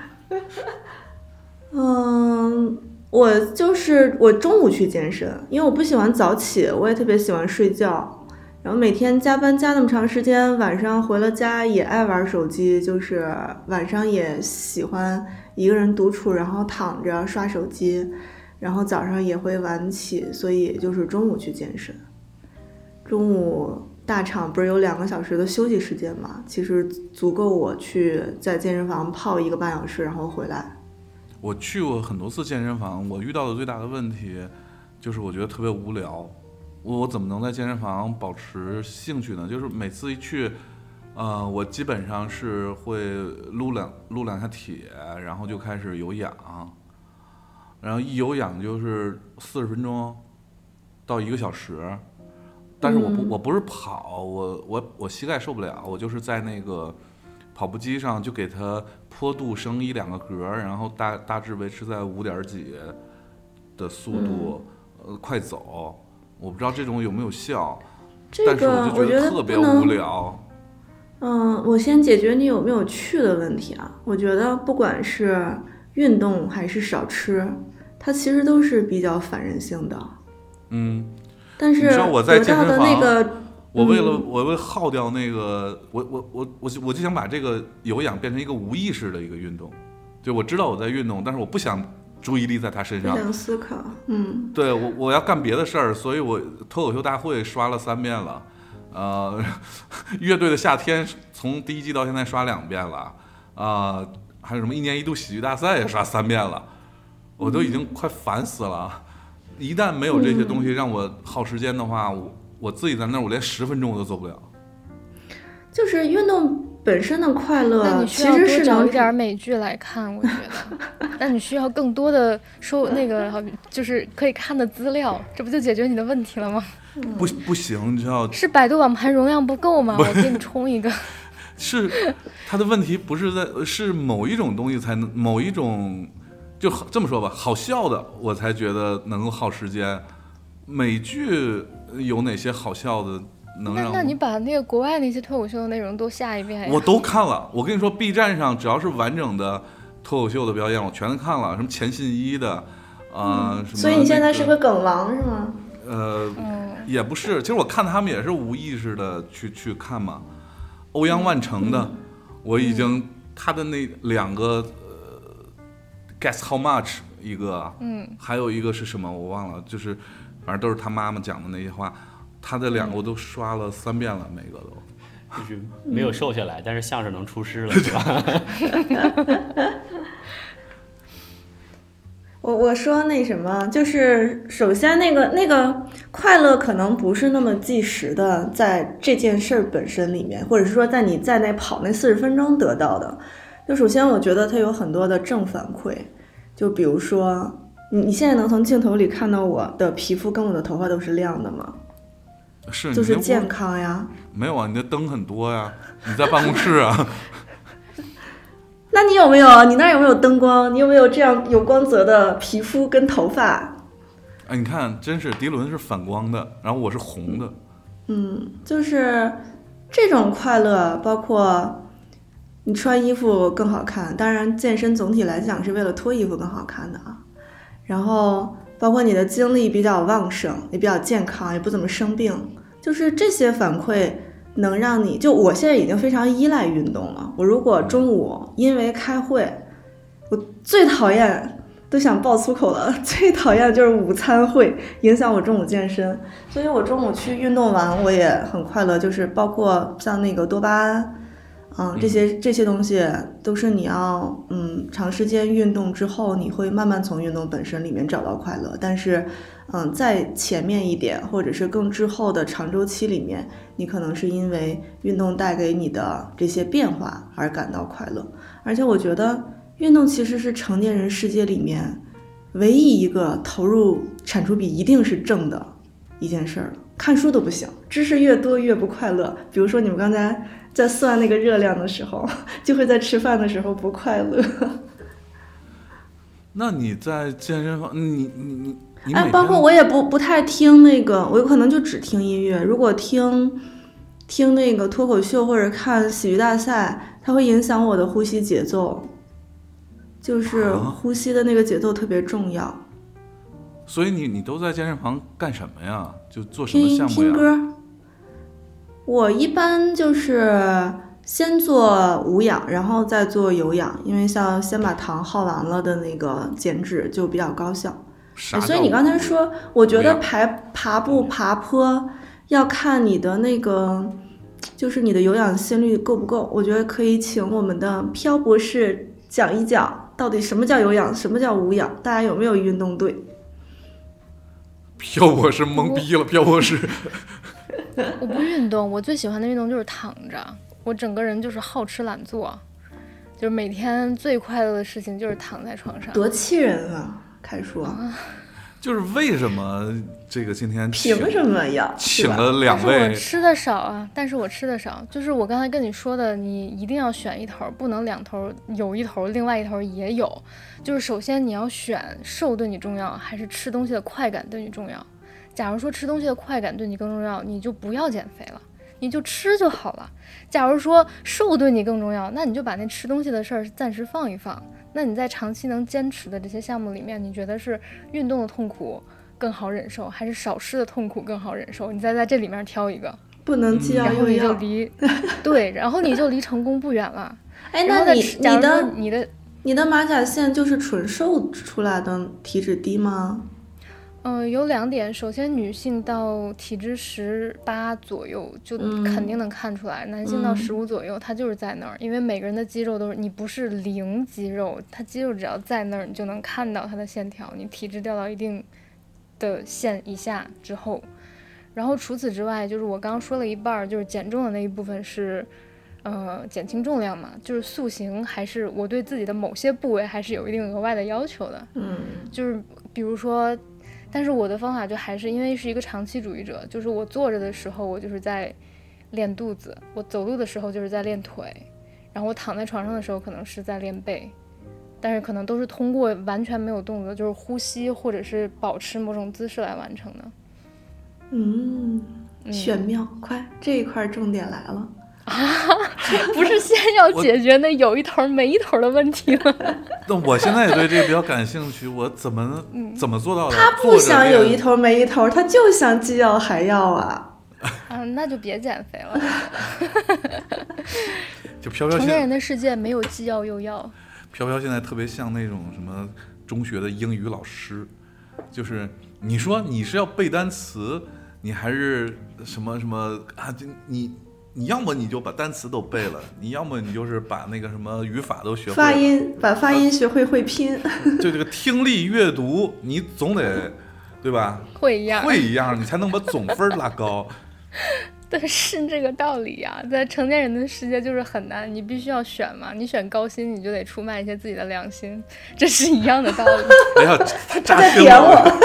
嗯，我就是我中午去健身，因为我不喜欢早起，我也特别喜欢睡觉，然后每天加班加那么长时间，晚上回了家也爱玩手机，就是晚上也喜欢一个人独处，然后躺着刷手机，然后早上也会晚起，所以就是中午去健身。中午大场不是有两个小时的休息时间嘛，其实足够我去在健身房泡一个半小时，然后回来。 我去过很多次健身房，我遇到的最大的问题就是我觉得特别无聊。我怎么能在健身房保持兴趣呢？就是每次一去，呃，我基本上是会撸两撸两下铁，然后就开始有氧，然后一有氧就是四十分钟到一个小时。但是我不我不是跑，我我我膝盖受不了，我就是在那个跑步机上就给它坡度升一两个格，然后大大致维持在五点几的速度，嗯、呃，快走。我不知道这种有没有效， 这个、 但是我就觉得特别无聊。 嗯，我先解决你有没有去的问题啊。我觉得不管是运动还是少吃，它其实都是比较反人性的。 嗯。 但是得到的那个， 我为了我为了耗掉那个，我我我我我就想把这个有氧变成一个无意识的一个运动，就我知道我在运动，但是我不想注意力在它身上， 不想思考，嗯， 对我我要干别的事儿，所以我脱口秀大会刷了三遍了， 呃，乐队的夏天从第一季到现在刷两遍了，啊、呃，还有什么一年一度喜剧大赛也刷三遍了，我都已经快烦死了。一旦没有这些东西让我耗时间的话，我我自己在那儿我连十分钟我都做不了。 就是运动本身的快乐， 那你需要多找一点美剧来看，我觉得。那你需要更多的收那个就是可以看的资料，这不就解决你的问题了吗？ 不不行，你知道是百度网盘容量不够吗？我给你充一个。 是他的问题不是在是某一种东西才能某一种就这么说吧，好笑的我才觉得能够耗时间。美剧有哪些好笑的？能让那那你把那个国外那些脱口秀的内容都下一遍呀？ 我都看了。我跟你说 ，B 站上只要是完整的脱口秀的表演，我全都看了。什么钱信一的，啊、呃嗯，什么、那个。 所以你现在是个梗王是吗？ 呃、嗯，也不是。其实我看他们也是无意识的去去看嘛。欧阳万成的，嗯、我已经、嗯、他的那两个呃 ，Guess How Much 一个，嗯，还有一个是什么我忘了，就是反正都是他妈妈讲的那些话。他的两个我都刷了三遍了，每个都就是没有瘦下来，嗯、但是相声能出师了，是吧？ 我我说那什么，就是首先那个那个快乐可能不是那么即时的，在这件事本身里面，或者是说在你在那跑那四十分钟得到的。就首先我觉得它有很多的正反馈，就比如说你你现在能从镜头里看到我的皮肤跟我的头发都是亮的吗？ 是， 就是健康呀。 没有啊，你的灯很多呀，你在办公室啊。 那你有没有？你那有没有灯光？你有没有这样有光泽的皮肤跟头发？ 哎，你看，真是迪伦是反光的，然后我是红的。 嗯，就是这种快乐，包括你穿衣服更好看。当然，健身总体来讲是为了脱衣服更好看的啊。然后。包括你的精力比较旺盛，也比较健康，也不怎么生病，就是这些反馈能让你就我现在已经非常依赖运动了。我如果中午因为开会，我最讨厌都想爆粗口了，最讨厌就是午餐会影响我中午健身，所以我中午去运动完我也很快乐，就是包括像那个多巴胺。嗯，这些这些东西都是你要嗯长时间运动之后，你会慢慢从运动本身里面找到快乐。但是，嗯，在前面一点或者是更之后的长周期里面，你可能是因为运动带给你的这些变化而感到快乐。而且我觉得运动其实是成年人世界里面唯一一个投入产出比一定是正的一件事儿了。看书都不行，知识越多越不快乐。比如说你们刚才在算那个热量的时候，就会在吃饭的时候不快乐。 那你在健身房，你你你你哎，包括我也不不太听那个，我有可能就只听音乐。如果听听那个脱口秀或者看喜剧大赛，它会影响我的呼吸节奏，就是呼吸的那个节奏特别重要。 所以你你都在健身房干什么呀？就做什么项目呀？ 听歌。我一般就是先做无氧，然后再做有氧，因为像先把糖耗完了的那个减脂就比较高效。所以你刚才说，我觉得爬爬步爬坡要看你的那个，就是你的有氧心率够不够。我觉得可以请我们的飘博士讲一讲，到底什么叫有氧，什么叫无氧，大家有没有运动对？ 飘博士懵逼了，飘博士。 我不运动，我最喜欢的运动就是躺着，我整个人就是好吃懒做，就是每天最快乐的事情就是躺在床上。 多气人啊！开说、啊， 就是为什么这个今天凭什么呀？ 请了两位， 但是我吃的少啊，但是我吃的少，就是我刚才跟你说的，你一定要选一头，不能两头有一头，另外一头也有。就是首先你要选瘦对你重要，还是吃东西的快感对你重要？假如说吃东西的快感对你更重要，你就不要减肥了，你就吃就好了。假如说瘦对你更重要，那你就把那吃东西的事儿暂时放一放。那你在长期能坚持的这些项目里面，你觉得是运动的痛苦更好忍受，还是少吃的痛苦更好忍受？你再在这里面挑一个， 不能既要又要。 然后你就离对，然后你就离成功不远了。 哎，那你你的你的你的马甲线就是纯瘦出来的体脂低吗？ 嗯、呃，有两点。首先，女性到体脂十八左右就肯定能看出来，嗯、男性到十五左右，它就是在那儿。因为每个人的肌肉都是，你不是零肌肉，它肌肉只要在那儿，你就能看到它的线条。你体脂掉到一定的线以下之后，然后除此之外，就是我刚刚说了一半，就是减重的那一部分是。呃，减轻重量嘛，就是塑形，还是我对自己的某些部位还是有一定额外的要求的。 嗯， 就是比如说，但是我的方法就还是因为是一个长期主义者，就是我坐着的时候我就是在练肚子，我走路的时候就是在练腿，然后我躺在床上的时候可能是在练背，但是可能都是通过完全没有动作，就是呼吸或者是保持某种姿势来完成的。 嗯，玄妙，嗯、快，这一块重点来了。 啊，不是先要解决那有一头没一头的问题吗？ 那我现在也对这个比较感兴趣，我怎么、嗯、怎么做到的？ 他不想有一头没一头，他就想既要还要啊。 啊，那就别减肥了。 就飘飘， 成年人的世界没有既要又要。 飘飘现在特别像那种什么中学的英语老师，就是你说你是要背单词，你还是什么什么啊？你。你要么你就把单词都背了，你要么你就是把那个什么语法都学会了， 发音把发音学会会拼。 就这个听力阅读，你总得对吧？ 会一样， 会一样，你才能把总分拉高。 对，是这个道理呀、啊。在成年人的世界就是很难，你必须要选嘛。你选高薪，你就得出卖一些自己的良心，这是一样的道理。 哎呀， 他在点我。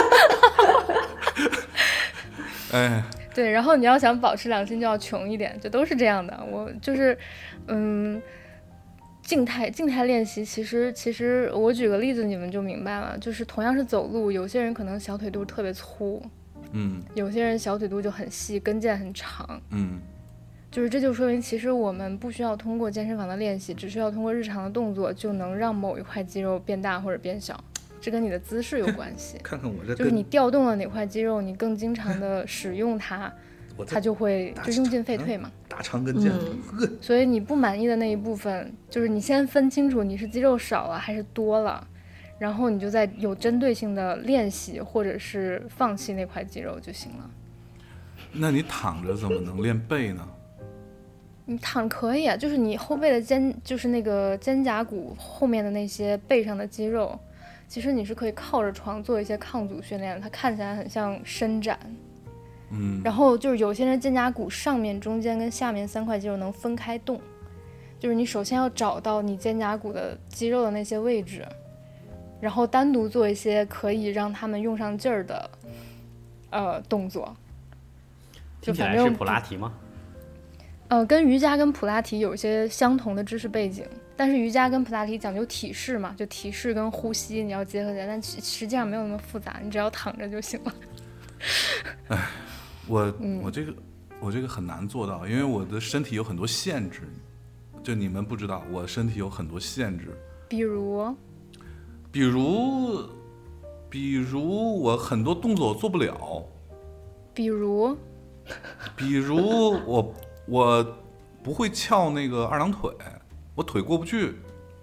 哎。 对，然后你要想保持良心就要穷一点，这都是这样的。我就是，嗯，静态静态练习，其实其实我举个例子你们就明白了，就是同样是走路，有些人可能小腿肚特别粗， 嗯， 有些人小腿肚就很细，跟腱很长， 嗯， 就是这就说明其实我们不需要通过健身房的练习，只需要通过日常的动作就能让某一块肌肉变大或者变小。这跟你的姿势有关系。 看看我这， 就是你调动了哪块肌肉，你更经常的使用它，它就会就用进废退嘛。 大长跟腱、 嗯，所以你不满意的那一部分，就是你先分清楚你是肌肉少了还是多了，然后你就在有针对性的练习，或者是放弃那块肌肉就行了。 那你躺着怎么能练背呢？ 你躺可以啊，就是你后背的肩，就是那个肩胛骨后面的那些背上的肌肉。其实你是可以靠着床做一些抗阻训练，它看起来很像伸展。 嗯， 然后就是有些人肩胛骨上面、中间跟下面三块肌肉能分开动，就是你首先要找到你肩胛骨的肌肉的那些位置，然后单独做一些可以让他们用上劲儿的呃动作。 听起来是普拉提吗？ 呃，跟瑜伽跟普拉提有一些相同的知识背景。但是瑜伽跟普拉提讲究体式嘛，就体式跟呼吸你要结合起来，但实际上没有那么复杂，你只要躺着就行了。 哎，我、嗯、我这个我这个很难做到，因为我的身体有很多限制，就你们不知道，我身体有很多限制。 比如， 比如，比如我很多动作我做不了。 比如， 比如我我不会翘那个二郎腿。我腿过不去。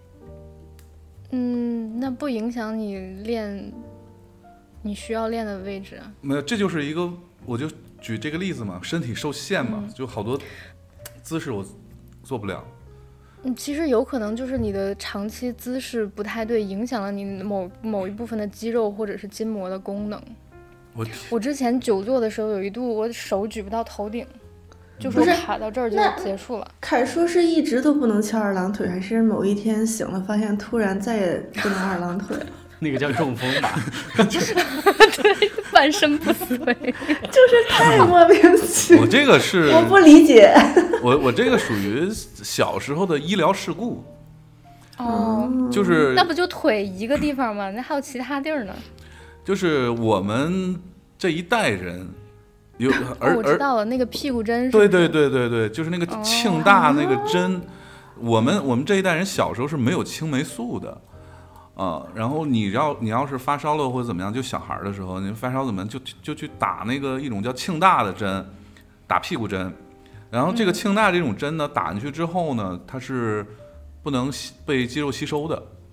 嗯，那不影响你练你需要练的位置啊。 没有，这就是一个，我就举这个例子嘛，身体受限嘛，嗯、就好多姿势我做不了。 嗯，其实有可能就是你的长期姿势不太对，影响了你某某一部分的肌肉或者是筋膜的功能。 我我之前久坐的时候，有一度我手举不到头顶。就是我卡到这儿就结束了。 凯说是一直都不能翘二郎腿，还是某一天醒了发现突然再也不能二郎腿了？ 那个叫中风吧？ 对，半身不遂， 就是太莫名其妙。 我这个是我不理解。 我我这个属于小时候的医疗事故。 哦， 就是那不就腿一个地方吗？那还有其他地儿呢？ 就是我们这一代人。有而、 哦、我知道了，那个屁股针是对对对对对，就是那个庆大那个针。哦、我们我们这一代人小时候是没有青霉素的，啊、呃，然后你要你要是发烧了或者怎么样，就小孩的时候，你发烧怎么样就就去打那个一种叫庆大的针，打屁股针。然后这个庆大这种针呢，打进去之后呢，它是不能被肌肉吸收的，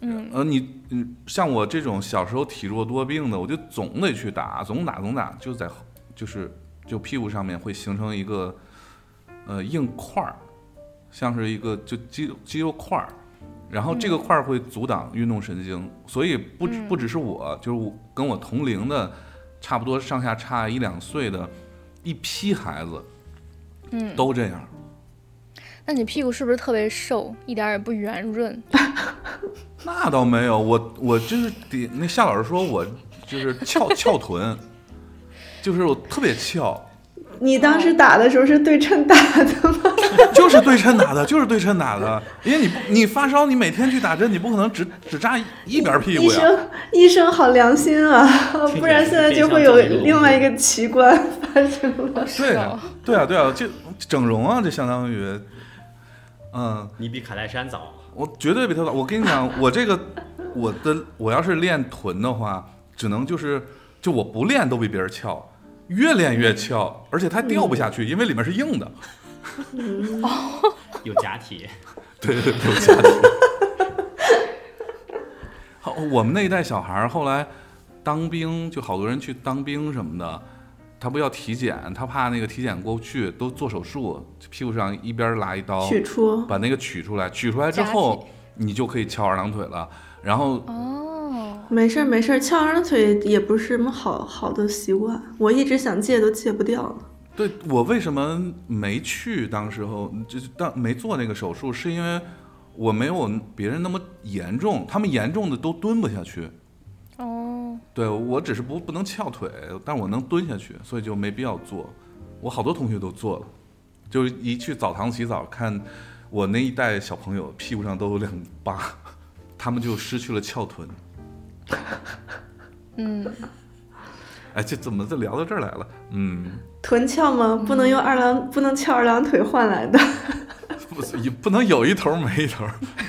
嗯， 呃，你嗯，像我这种小时候体弱多病的，我就总得去打，总打总打，就在就是就屁股上面会形成一个呃硬块儿，像是一个就肌肌肉块儿，然后这个块儿会阻挡运动神经，所以不只不只是我，就是我跟我同龄的，差不多上下差一两岁的一批孩子， 嗯， 都这样。 那你屁股是不是特别瘦，一点儿也不圆润？ 那倒没有，我我就是得那夏老师说我就是翘翘臀，就是我特别翘。 你当时打的时候是对称打的吗？ 就是对称打的，就是对称打的。因为你你发烧，你每天去打针，你不可能只只扎一边屁股呀。 医生，医生好良心啊，不然现在就会有另外一个奇观发生了。 对啊，对啊，对啊，就整容啊，这相当于，嗯， 你比卡戴珊早。 我绝对比他早。我跟你讲，我这个我的我要是练臀的话，只能就是就我不练都比别人翘，越练越翘，而且它掉不下去，因为里面是硬的。 有假体。 对对对，有假体。好，我们那一代小孩后来当兵，就好多人去当兵什么的，他不要体检，他怕那个体检过不去，都做手术，屁股上一边拉一刀， 取出， 把那个取出来，取出来之后，你就可以翘二郎腿了。然后哦， 没事没事，翘二郎腿也不是什么好好的习惯，我一直想戒都戒不掉了。 对，我为什么没去？当时候就是当没做那个手术，是因为我没有别人那么严重，他们严重的都蹲不下去。 哦， 对，我只是不不能翘腿，但我能蹲下去，所以就没必要做。我好多同学都做了，就一去澡堂洗澡，看我那一代小朋友屁股上都有两疤，他们就失去了翘臀。 嗯， 哎，这怎么就聊到这儿来了？嗯， 臀翘吗？不能用二郎，不能翘二郎腿换来的。 不是，不能有一头没一头。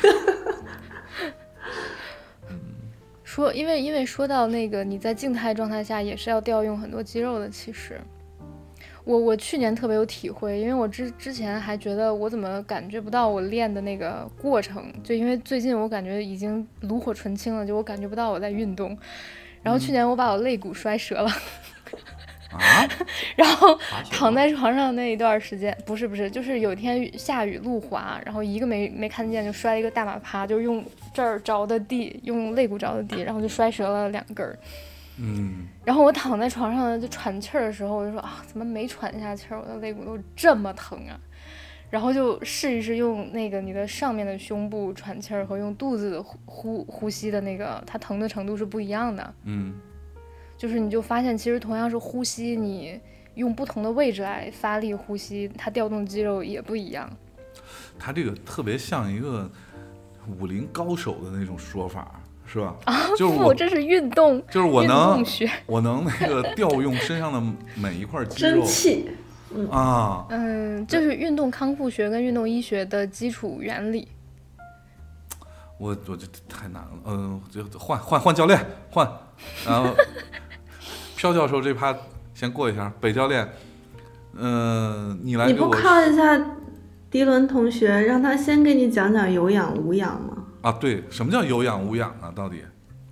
说，因为因为说到那个你在静态状态下也是要调用很多肌肉的，其实。我我去年特别有体会，因为我之之前还觉得我怎么感觉不到我练的那个过程，就因为最近我感觉已经炉火纯青了，就我感觉不到我在运动。然后去年我把我肋骨摔折了， 啊， 然后躺在床上那一段时间，不是不是，就是有一天下雨路滑，然后一个没没看见就摔了一个大马趴，就是用这儿着的地，用肋骨着的地，然后就摔折了两根儿。 嗯， 然后我躺在床上就喘气儿的时候，我就说啊，怎么没喘下气儿？我的肋骨都这么疼啊！然后就试一试用那个你的上面的胸部喘气儿和用肚子呼呼呼吸的那个，它疼的程度是不一样的。 嗯， 就是你就发现，其实同样是呼吸，你用不同的位置来发力呼吸，它调动肌肉也不一样。 他这个特别像一个武林高手的那种说法。是吧？ 啊， 就是我这是运动， 就是我能， 学我能那个调用身上的每一块肌肉， 真气， 嗯啊， 嗯，就是运动康复学跟运动医学的基础原理。 我我这太难了，嗯，就换换换教练换，然后飘教授这趴先过一下，北教练，嗯、呃，你来给我， 你不靠一下迪伦同学，让他先给你讲讲有氧无氧吗？ 啊，对，什么叫有氧无氧啊？到底？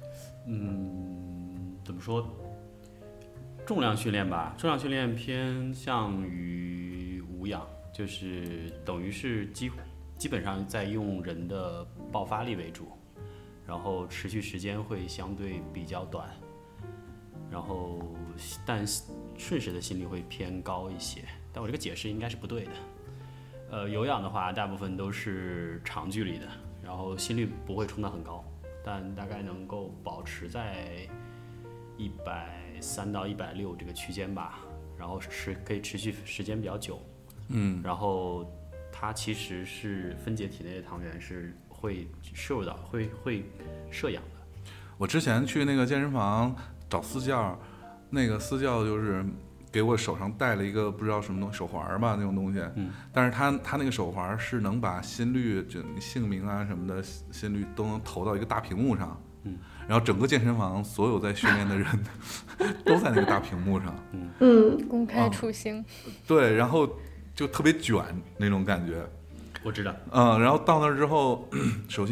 嗯，怎么说？重量训练吧，重量训练偏向于无氧，就是等于是基基本上在用人的爆发力为主，然后持续时间会相对比较短，然后但瞬时的心率会偏高一些。但我这个解释应该是不对的。呃，有氧的话，大部分都是长距离的。然后心率不会冲到很高，但大概能够保持在一百三到一百六这个区间吧。然后持可以持续时间比较久， 嗯， 然后它其实是分解体内的糖原，是会摄入到会会摄氧的。 我之前去那个健身房找私教，那个私教就是给我手上戴了一个不知道什么东西手环吧，那种东西， 嗯， 但是他他那个手环是能把心率就你姓名啊什么的心率都能投到一个大屏幕上， 嗯， 然后整个健身房所有在训练的人都在那个大屏幕上， 嗯嗯， 公开处刑、 啊，对，然后就特别卷那种感觉， 我知道， 嗯，然后到那儿之后，首先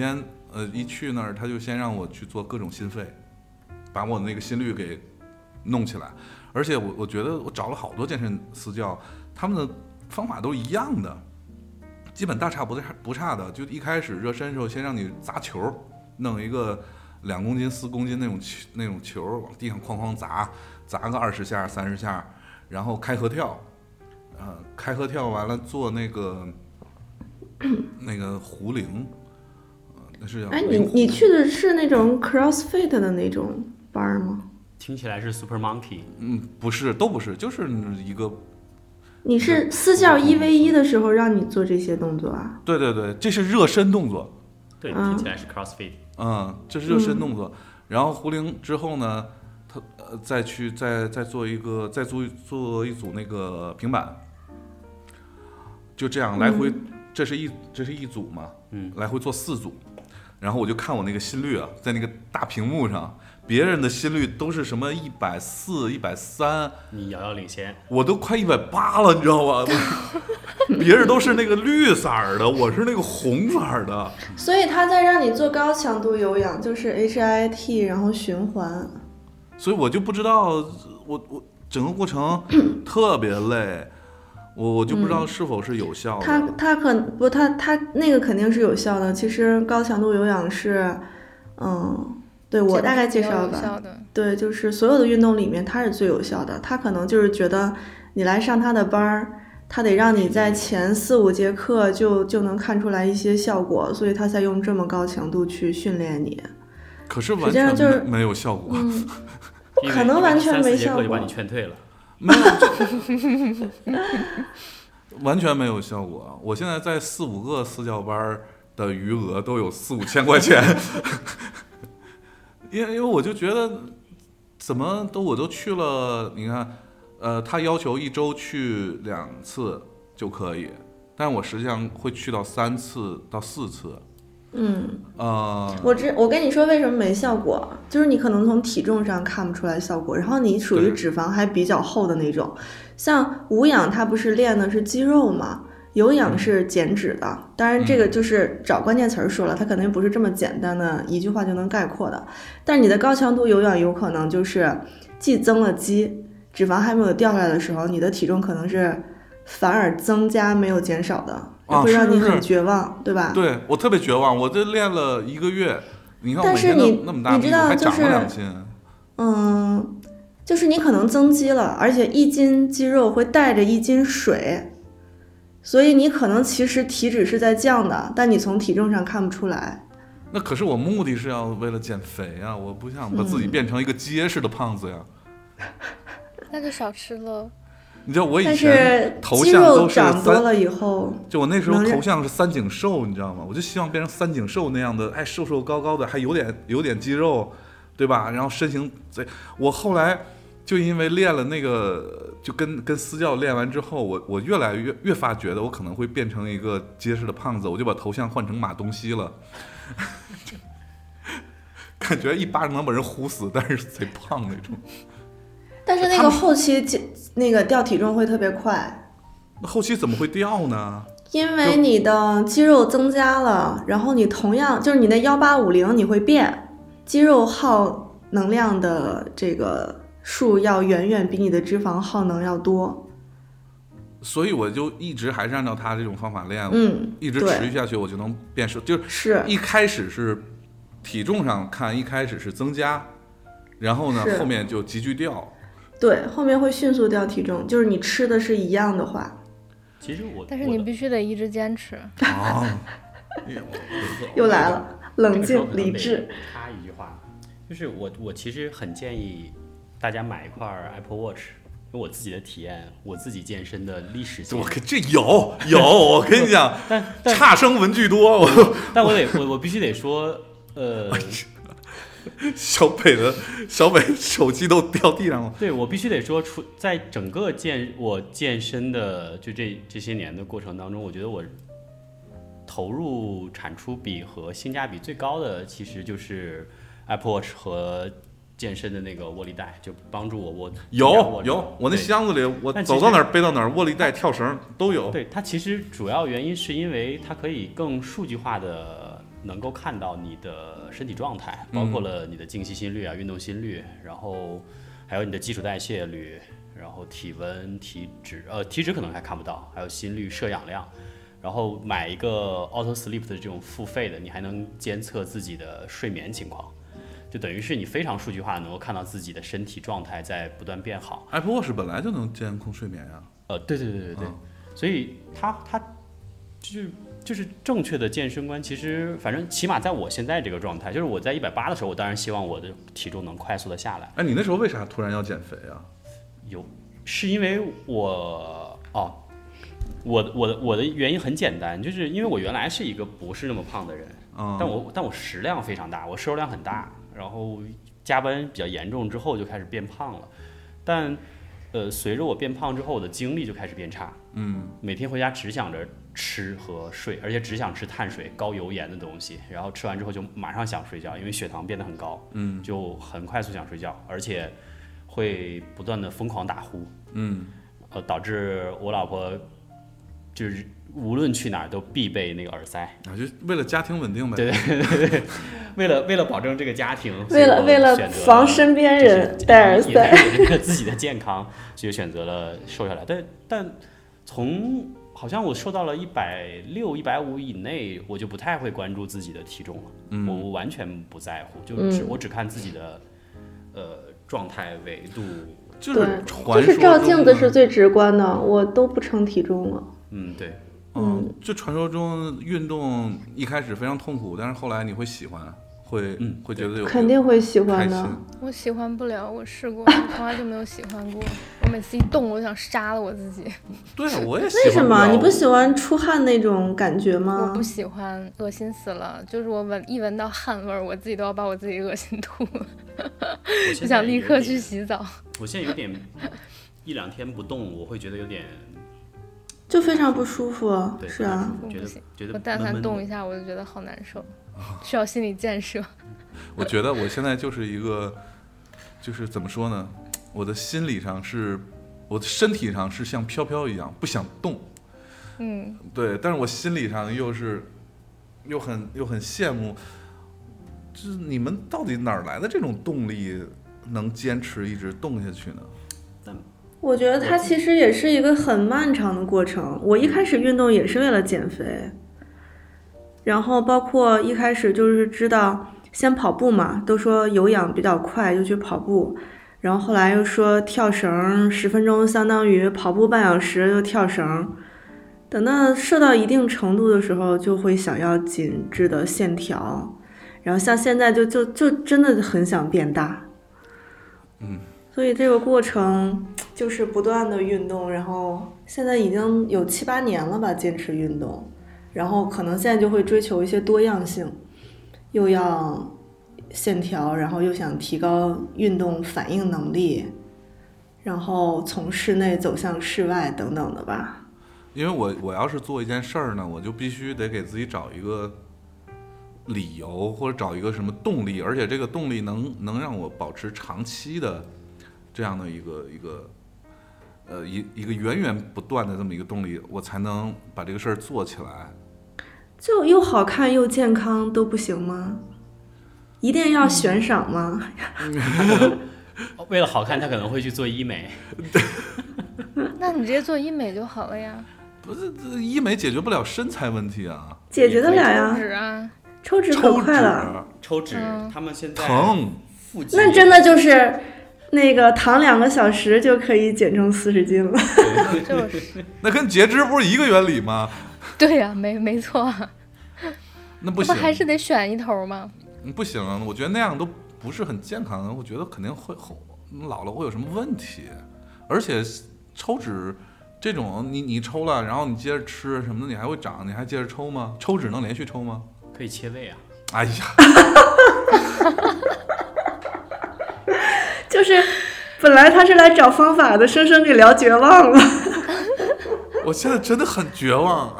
呃，一去那儿他就先让我去做各种心肺，把我那个心率给弄起来。而且我我觉得我找了好多健身私教，他们的方法都一样的，基本大差不差不差的。就一开始热身的时候，先让你砸球，弄一个两公斤、四公斤那种球那种球往地上哐哐砸，砸个二十下、三十下，然后开合跳，呃，开合跳完了做那个那个壶铃，呃，那是叫哎，你你去的是那种 CrossFit 的那种班吗？ 听起来是 Super Monkey。 嗯，不是，都不是，就是一个。 你是私教一 v 一的时候让你做这些动作啊？ 对对对，这是热身动作。 对，听起来是 CrossFit。 嗯，这是热身动作。嗯、然后壶铃之后呢，他呃再去再再做一个再做做一组那个平板，就这样来回，嗯、这是一这是一组嘛， 嗯， 来回做四组。然后我就看我那个心率啊，在那个大屏幕上，别人的心率都是什么一百四、一百三， 你遥遥领先， 我都快一百八了，你知道吗？别人都是那个绿色的，我是那个红色的。 所以他在让你做高强度有氧，就是 H I I T， 然后循环。 所以我就不知道，我我整个过程特别累。我我就不知道是否是有效的。 他他可不，他他那个肯定是有效的。其实高强度有氧是，嗯，对我大概介绍吧。对，就是所有的运动里面，它是最有效的。他可能就是觉得你来上他的班儿，他得让你在前四五节课就就能看出来一些效果，所以他才用这么高强度去训练你。 可是完全就是没有效果， 嗯、不可能完全没效果。 就把你劝退了。 没有，完全没有效果。我现在在四五个私教班的余额都有四五千块钱，因为因为我就觉得怎么都我都去了，你看，呃，他要求一周去两次就可以，但我实际上会去到三次到四次。 嗯， 呃， 我知我跟你说为什么没效果，就是你可能从体重上看不出来效果，然后你属于脂肪还比较厚的那种，像无氧它不是练的是肌肉嘛，有氧是减脂的，嗯、当然这个就是找关键词说了，它肯定不是这么简单的一句话就能概括的，但是你的高强度有氧有可能就是既增了肌，脂肪还没有掉下来的时候，你的体重可能是反而增加没有减少的。会让你很绝望， 啊、 对吧？ 对，我特别绝望，我这练了一个月，你看我每天都那么大， 你知道还长了两斤。 嗯，就是你可能增肌了，而且一斤肌肉会带着一斤水，所以你可能其实体脂是在降的，但你从体重上看不出来。 那可是我目的是要为了减肥啊，我不想把自己变成一个结实的胖子呀。 嗯、那就少吃了。 你知道我以前头像都是长多了以后， 就我那时候头像是三井寿，你知道吗？我就希望变成三井寿那样的，哎，瘦瘦高高的，还有点有点肌肉，对吧？然后身形贼。我后来就因为练了那个，就跟跟私教练完之后，我我越来越越发觉得我可能会变成一个结实的胖子，我就把头像换成马东锡了。感觉一巴掌能把人呼死，但是贼胖那种。 但是那个后期那个掉体重会特别快。 那后期怎么会掉呢？ 因为你的肌肉增加了，然后你同样就是你的幺八五零你会变，肌肉耗能量的这个数要远远比你的脂肪耗能要多。 所以我就一直还是按照他这种方法练， 嗯， 一直持续下去，我就能变瘦。就是一开始是体重上看，一开始是增加，然后呢后面就急剧掉。 对，后面会迅速掉体重，就是你吃的是一样的话。 其实我， 但是你必须得一直坚持。 啊， 又来了，冷静理智。 插一句话，就是我我其实很建议大家买一块 Apple Watch， 因为我自己的体验，我自己健身的历史。 我这有有，我跟你讲， 但但差生文具多，我但我得我我必须得说，呃。 小北的小北手机都掉地上了。 对，我必须得说，出在整个健我健身的就这这些年的过程当中，我觉得我投入产出比和性价比最高的，其实就是 Apple Watch 和健身的那个握力带，就帮助我握。 有有，我那箱子里，我走到哪儿背到哪儿，握力带、跳绳都有。 对，它其实主要原因是因为它可以更数据化的能够看到你的身体状态，包括了你的静息心率啊、运动心率，然后还有你的基础代谢率，然后体温、体脂，呃，体脂可能还看不到，还有心率、摄氧量。然后买一个 Auto Sleep 的这种付费的，你还能监测自己的睡眠情况，就等于是你非常数据化，能够看到自己的身体状态在不断变好。 Apple Watch 本来就能监控睡眠呀。 呃，对对对对对， 嗯、 所以它它就是就是正确的健身观，其实反正起码在我现在这个状态，就是我在一百八的时候，我当然希望我的体重能快速的下来。 哎，你那时候为啥突然要减肥啊？ 有，是因为我哦。我我的我的原因很简单，就是因为我原来是一个不是那么胖的人， 嗯、 但我但我食量非常大，我摄入量很大，然后加班比较严重之后就开始变胖了，但呃随着我变胖之后，我的精力就开始变差， 嗯， 每天回家只想着吃和睡，而且只想吃碳水、高油盐的东西，然后吃完之后就马上想睡觉，因为血糖变得很高， 嗯， 就很快速想睡觉，而且会不断的疯狂打呼， 嗯， 呃导致我老婆。就是无论去哪儿都必备那个耳塞啊，就为了家庭稳定呗。 对对对对，为了为了保证这个家庭， 为了为了防身边人戴耳塞， 为了自己的健康，就选择了瘦下来。但但从好像我瘦到了一百六、一百五以内，我就不太会关注自己的体重了。嗯、我我完全不在乎，就只、嗯、我只看自己的呃状态维度。 就是就是照镜子是最直观的，我都不称体重了。 嗯，对， 嗯，就传说中运动一开始非常痛苦，但是后来你会喜欢，会、嗯、会觉得有肯定会喜欢的。 我喜欢不了，我试过，我从来就没有喜欢过。我每次一动，我就想杀了我自己。 对啊，我也喜欢。 为什么你不喜欢出汗那种感觉吗？ 我不喜欢，恶心死了。就是我闻一闻到汗味儿，我自己都要把我自己恶心吐了，就想立刻去洗澡。 我现在有点一两天不动，我会觉得有点。 就非常不舒服，是啊， 我不行，我但凡动一下我就觉得好难受，需要心理建设。 我觉得我现在就是一个，就是怎么说呢，我的心理上是，我的身体上是像飘飘一样不想动， 嗯， 对，但是我心理上又是，又很又很羡慕，就是你们到底哪儿来的这种动力，能坚持一直动下去呢？ 我觉得它其实也是一个很漫长的过程。我一开始运动也是为了减肥，然后包括一开始就是知道先跑步嘛，都说有氧比较快就去跑步，然后后来又说跳绳十分钟相当于跑步半小时，又跳绳，等到瘦到一定程度的时候就会想要紧致的线条，然后像现在就就就真的很想变大。 嗯， 所以这个过程就是不断的运动，然后现在已经有七八年了吧，坚持运动，然后可能现在就会追求一些多样性，又要线条，然后又想提高运动反应能力，然后从室内走向室外等等的吧。 因为我我要是做一件事儿呢，我就必须得给自己找一个理由，或者找一个什么动力，而且这个动力能能让我保持长期的这样的一个一个呃一一个源源不断的这么一个动力，我才能把这个事儿做起来。 就又好看又健康都不行吗？一定要悬赏吗？ 嗯、为了好看，他可能会去做医美。 那你直接做医美就好了呀。 不是，医美解决不了身材问题啊。 解决得了呀。 抽脂啊， 抽脂可快了。 抽脂， 嗯、 他们现在疼。 那真的就是那个躺两个小时就可以减成四十斤了。 就是。 那跟截肢不是一个原理吗？ 对呀、啊，没没错。 那不行， 不还是得选一头吗？ 不行啊，我觉得那样都不是很健康的，我觉得肯定会老了会有什么问题，而且抽脂这种你你抽了，然后你接着吃什么的，你还会长，你还接着抽吗？抽脂能连续抽吗？ 可以切胃啊！ 哎呀， 就是本来他是来找方法的，生生给聊绝望了。 我现在真的很绝望。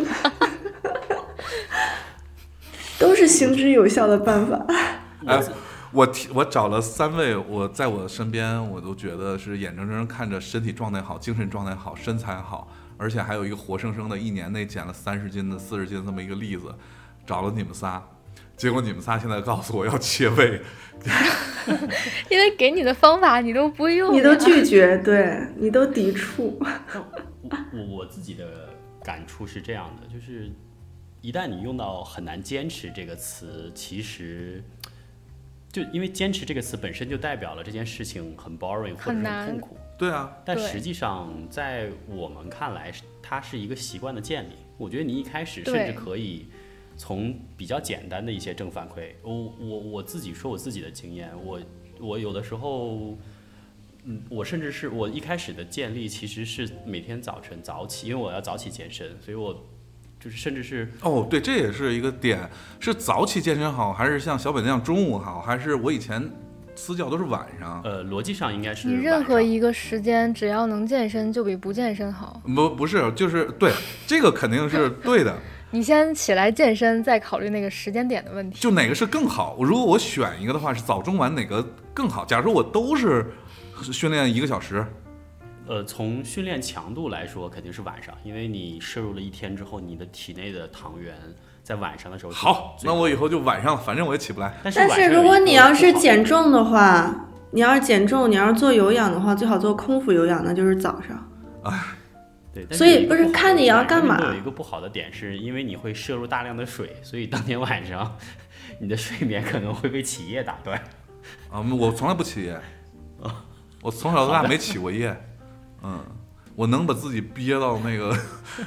都是行之有效的办法。 哎，我我找了三位，我在我身边，我都觉得是眼睁睁看着身体状态好、精神状态好、身材好，而且还有一个活生生的一年内减了三十斤的、四十斤的这么一个例子，找了你们仨， 结果你们仨现在告诉我要切胃， 因为给你的方法你都不用， 你都拒绝，对你都抵触。 我我自己的感触是这样的，就是一旦你用到很难坚持这个词，其实就因为坚持这个词本身就代表了这件事情很 boring 或者是很痛苦。 对啊， 但实际上在我们看来，它是一个习惯的建立。我觉得你一开始甚至可以从比较简单的一些正反馈，我我我自己说我自己的经验，我我有的时候，嗯，我甚至是我一开始的建立其实是每天早晨早起，因为我要早起健身，所以我就是甚至是哦，对，这也是一个点，是早起健身好，还是像小北那样中午好，还是我以前私教都是晚上？ 呃，逻辑上应该是你任何一个时间只要能健身，就比不健身好。 不不是，就是对这个肯定是对的。 你先起来健身，再考虑那个时间点的问题。 就哪个是更好？如果我选一个的话，是早中晚哪个更好？假如我都是训练一个小时， 呃，从训练强度来说，肯定是晚上，因为你摄入了一天之后，你的体内的糖原在晚上的时候好，那我以后就晚上，反正我也起不来。 但是但是如果你要是减重的话，你要是减重，你要是做有氧的话，最好做空腹有氧，那就是早上。 哎， 对， 所以不是看你要干嘛。 有一个不好的点，是因为你会摄入大量的水，所以当天晚上你的睡眠可能会被起夜打断。 啊，我从来不起夜，我从小到大没起过夜。嗯，我能把自己憋到那个。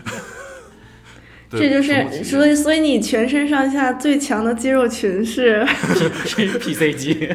这就是所以，所以你全身上下最强的肌肉群是是 P C 肌。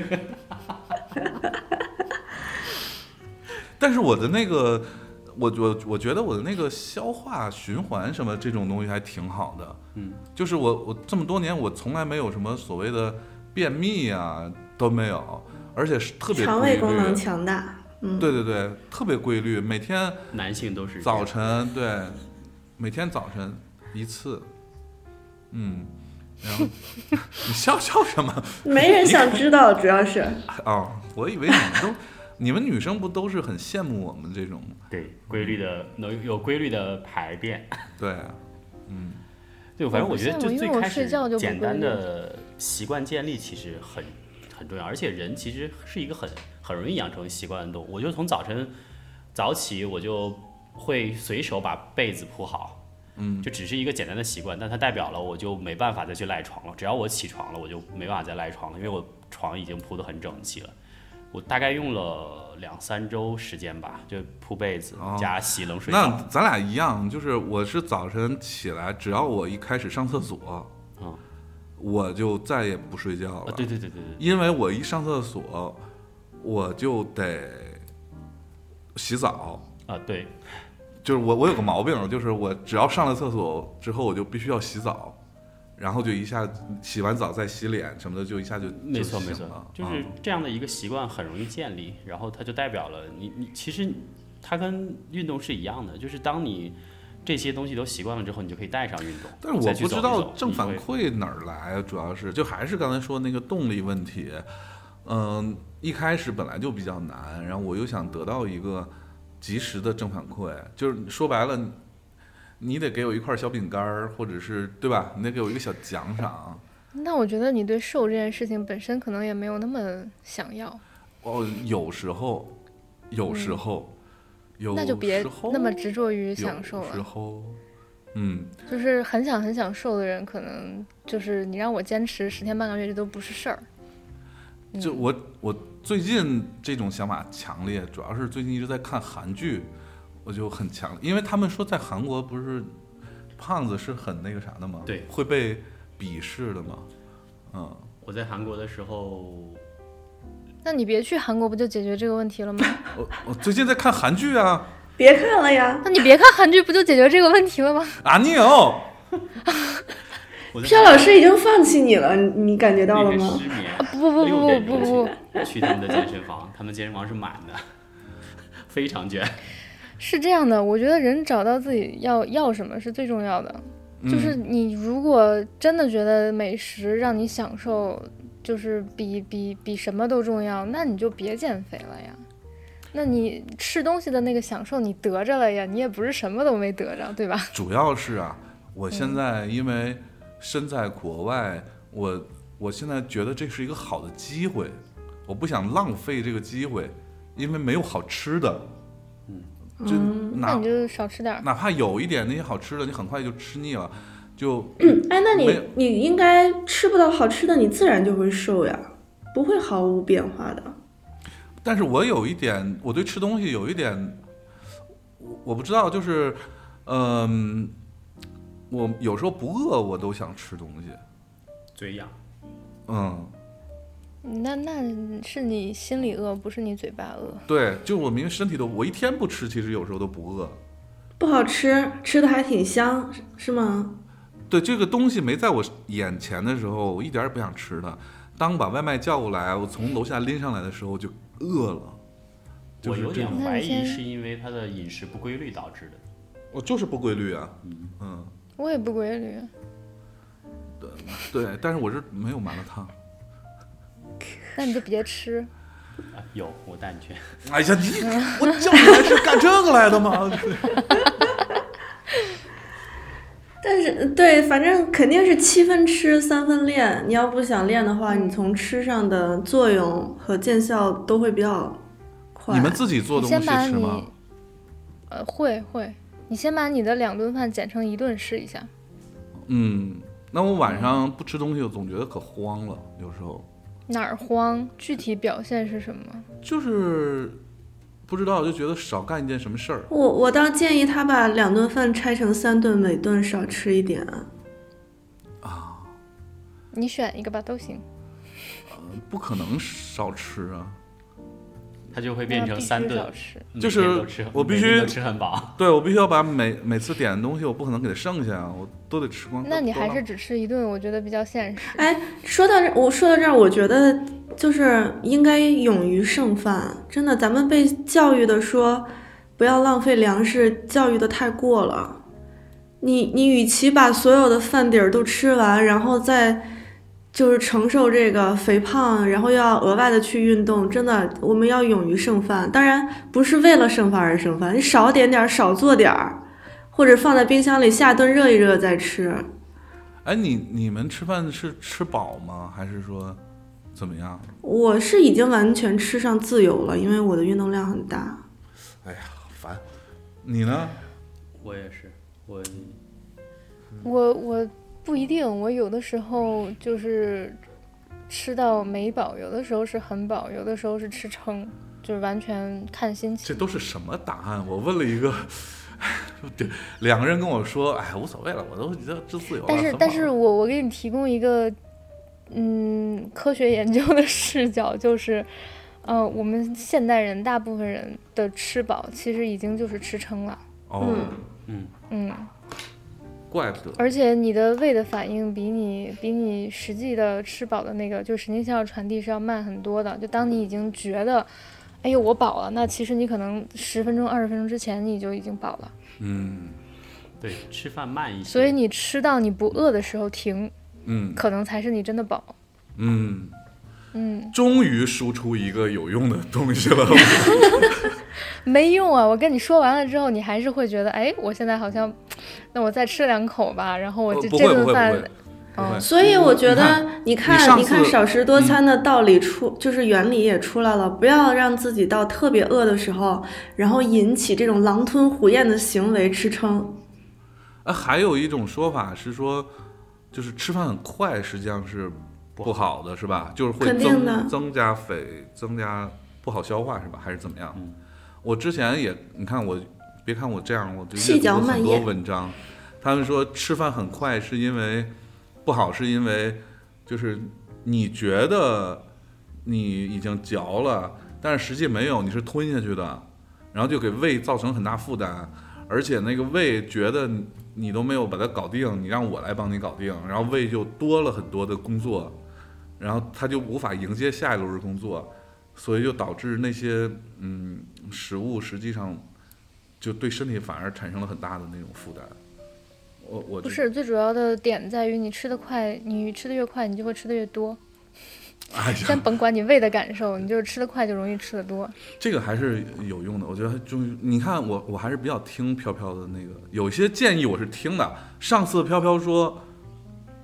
但是我的那个，我我我觉得我的那个消化循环什么这种东西还挺好的。 嗯， 就是我我这么多年我从来没有什么所谓的便秘啊都没有，而且是特别肠胃功能强大。嗯， 对对对，特别规律，每天男性都是早晨对，每天早晨一次。嗯，然后你笑笑什么？ 没人想知道，主要是哦，我以为你们都。你们女生不都是很羡慕我们这种对规律的能有规律的排便？ 对，嗯， 对，反正我觉得就最开始简单的习惯建立其实很很重要，而且人其实是一个很很容易养成习惯的动物。我就从早晨早起，我就会随手把被子铺好， 嗯， 就只是一个简单的习惯，但它代表了我就没办法再去赖床了。只要我起床了，我就没办法再赖床了，因为我床已经铺得很整齐了。我大概用了两三周时间吧，就铺被子加洗冷水澡。 那咱俩一样，就是我是早晨起来，只要我一开始上厕所， 嗯， 我就再也不睡觉了。 啊、对对对对对， 因为我一上厕所，我就得洗澡啊。对， 就是我我有个毛病，就是我只要上了厕所之后，我就必须要洗澡。然后就一下洗完澡再洗脸什么的，就一下就没错没错，就是这样的一个习惯很容易建立，然后它就代表了你你其实它跟运动是一样的，就是当你这些东西都习惯了之后，你就可以带上运动。 但是我不知道正反馈哪儿来，主要是就还是刚才说那个动力问题。嗯，一开始本来就比较难，然后我又想得到一个及时的正反馈，就是说白了。你得给我一块小饼干，或者是对吧？你得给我一个小奖赏。 那我觉得你对瘦这件事情本身可能也没有那么想要。 哦，有时候，有时候，嗯、有那就别那么执着于享受了。 有时候，嗯， 就是很想很想瘦的人，可能就是你让我坚持十天半个月，这都不是事儿。 嗯、就我我最近这种想法强烈，主要是最近一直在看韩剧。我就很强，因为他们说在韩国不是胖子是很那个啥的吗？ 对， 会被鄙视的嘛。嗯， 我在韩国的时候， 那你别去韩国，不就解决这个问题了吗？ 我我最近在看韩剧啊。 别看了呀。 那你别看韩剧，不就解决这个问题了吗？ 啊，你有。 飘老师已经放弃你了，你感觉到了吗？ 失眠。 啊、不不不不不不不，去他们的健身房，他们健身房是满的，非常卷。 是这样的，我觉得人找到自己要要什么是最重要的。 嗯、 就是你如果真的觉得美食让你享受，就是比比比什么都重要，那你就别减肥了呀。那你吃东西的那个享受你得着了呀，你也不是什么都没得着，对吧？ 主要是啊，我现在因为身在国外，嗯、我我现在觉得这是一个好的机会，我不想浪费这个机会，因为没有好吃的。 嗯， 就哪、 那你就少吃点儿。 哪怕有一点那些好吃的，你很快就吃腻了，就哎，那没有你你应该吃不到好吃的，你自然就会瘦呀，不会毫无变化的。 但是我有一点，我对吃东西有一点，我我不知道，就是，嗯、我有时候不饿，我都想吃东西。 嘴痒。 嗯， 那那是你心里饿，不是你嘴巴饿。 对，就我明明身体都，我一天不吃，其实有时候都不饿。 不好吃，吃的还挺香，是吗？ 对，这个东西没在我眼前的时候，我一点也不想吃它。当把外卖叫过来，我从楼下拎上来的时候就饿了。就我有点是这种， 怀疑那你先是因为他的饮食不规律导致的。 我就是不规律啊。 嗯， 嗯， 我也不规律。 对，但是我是没有麻辣烫。 那你就别吃。 啊，有，我带你去。 哎呀，你我叫你来是干这个来的吗？ 但是对，反正肯定是七分吃三分练。你要不想练的话，你从吃上的作用和见效都会比较快。 你们自己做东西你先把吃吗你？呃，会会，你先把你的两顿饭减成一顿试一下。 嗯，那我晚上不吃东西，我总觉得可慌了，有时候哪儿慌？具体表现是什么？ 就是不知道，就觉得少干一件什么事儿。 我我倒建议他把两顿饭拆成三顿，每顿少吃一点。 你选一个吧，都行。 不可能少吃啊。 它就会变成三顿那必须少，吃。 就是每天都吃我必须每天都吃很饱。 对，我必须要把每每次点的东西，我不可能给它剩下，我都得吃光。 那你都还是只吃一顿，我觉得比较现实。 哎，说到这，我说到这儿，我觉得就是应该勇于剩饭。真的，咱们被教育的说不要浪费粮食，教育的太过了。你你与其把所有的饭底儿都吃完，然后再就是承受这个肥胖，然后又要额外的去运动，真的，我们要勇于剩饭。当然不是为了剩饭而剩饭，你少点点儿，少做点儿，或者放在冰箱里，下顿热一热再吃。 哎，你你们吃饭是吃饱吗？还是说怎么样？ 我是已经完全吃上自由了，因为我的运动量很大。 哎呀，烦。你呢？ 我也是，我我我不一定，我有的时候就是吃到没饱，有的时候是很饱，有的时候是吃撑，就是完全看心情。 这都是什么答案？我问了一个，对，两个人跟我说，哎，无所谓了，我都已经知自由了。 但是很好但是我我给你提供一个嗯科学研究的视角，就是呃我们现代人大部分人的吃饱其实已经就是吃撑了。 哦， 嗯嗯， 嗯， 怪不得。 而且你的胃的反应比你比你实际的吃饱的那个就神经信号传递是要慢很多的。就当你已经觉得哎呦我饱了，那其实你可能十分钟二十分钟之前你就已经饱了。 嗯对，吃饭慢一些。 所以你吃到你不饿的时候停， 嗯可能才是你真的饱。 嗯， 嗯， 终于输出一个有用的东西了。 没用啊！我跟你说完了之后，你还是会觉得，哎，我现在好像，那我再吃两口吧，然后我就不会不会不这顿饭会，不会。 所以我觉得，你看， 你上次你看少食多餐的道理出，就是原理也出来了。不要让自己到特别饿的时候，然后引起这种狼吞虎咽的行为吃撑。 啊，还有一种说法是说，就是吃饭很快，实际上是不好的，是吧？就是会肯定的增增加肥，增加不好消化，是吧？还是怎么样？ 嗯我之前也，你看我，别看我这样，我就细阅读过很多嚼慢咽文章，他们说吃饭很快是因为不好，是因为就是你觉得你已经嚼了，但是实际没有，你是吞下去的，然后就给胃造成很大负担，而且那个胃觉得你都没有把它搞定，你让我来帮你搞定，然后胃就多了很多的工作，然后他就无法迎接下一轮的工作，所以就导致那些嗯食物实际上就对身体反而产生了很大的那种负担。我我不是最主要的点在于你吃得快，你吃得越快，你就会吃得越多。 哎呀， 先甭管你胃的感受，你就是吃得快就容易吃得多。 这个还是有用的，我觉得终于，你看我我还是比较听飘飘的那个，有些建议我是听的。上次飘飘说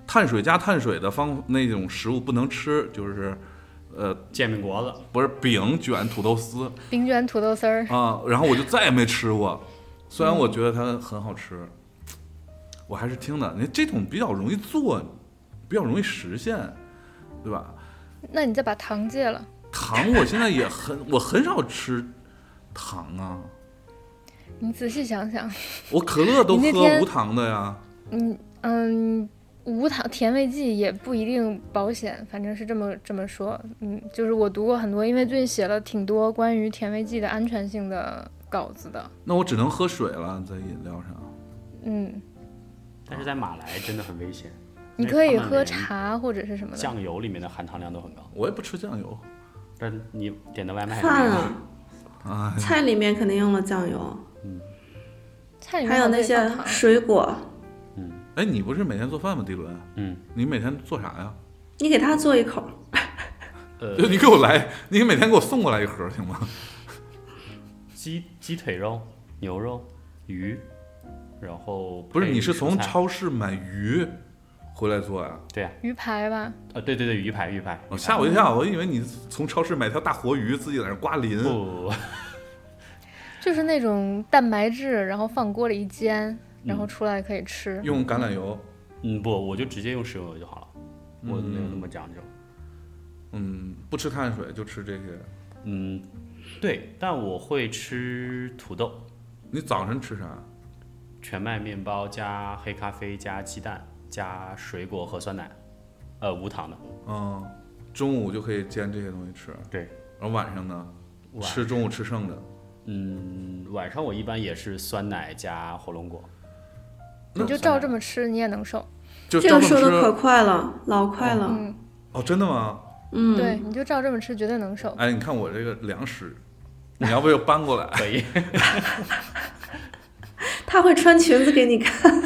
碳水加碳水的方那种食物不能吃，就是呃煎饼果子不是饼卷土豆丝， 饼卷土豆丝儿啊，然后我就再也没吃过。虽然我觉得它很好吃，我还是听的。你这种比较容易做，比较容易实现，对吧？ 那你再把糖戒了。 糖我现在也很，我很少吃糖啊。 你仔细想想， 我可乐都喝天无糖的呀。 嗯嗯，无糖甜味剂也不一定保险，反正是这么这么说。嗯，就是我读过很多，因为最近写了挺多关于甜味剂的安全性的稿子的。 那我只能喝水了，在饮料上。 嗯， 但是在马来真的很危险。 你可以喝茶或者是什么的。 酱油里面的含糖量都很高。 我也不吃酱油。 但你点的外卖饭啊， 哎， 菜里面肯定用了酱油。 嗯， 菜里面还有那些水果。 嗯， 哎，你不是每天做饭吗，迪伦？ 嗯， 你每天做啥呀？ 你给他做一口。 呃， 就你给我来，你每天给我送过来一盒行吗？ 鸡鸡腿肉、牛肉、鱼，然后不是，你是从蔬菜超市买鱼回来做呀？ 对呀、 鱼排吧？ 啊，对对对，鱼排鱼排。 我吓我一跳，我以为你从超市买条大活鱼，自己在那刮鳞。 不不不， 就是那种蛋白质，然后放锅里一煎，然后出来可以吃。 用橄榄油。 嗯，不，我就直接用食用油就好了，我没有那么讲究。 嗯，不吃碳水就吃这些。 嗯，对，但我会吃土豆。 你早晨吃啥？ 全麦面包加黑咖啡加鸡蛋加水果和酸奶，呃，无糖的。 嗯，中午就可以煎这些东西吃。 对， 然后晚上呢？ 晚吃中午吃剩的。 嗯，晚上我一般也是酸奶加火龙果。 你就照这么吃，你也能瘦。 就这照这么吃个说的可快了，老快了。 嗯， 哦，真的吗？ 嗯， 对，你就照这么吃，绝对能瘦。 哎，你看我这个粮食，你要不要搬过来？ 可以。 他会穿裙子给你看。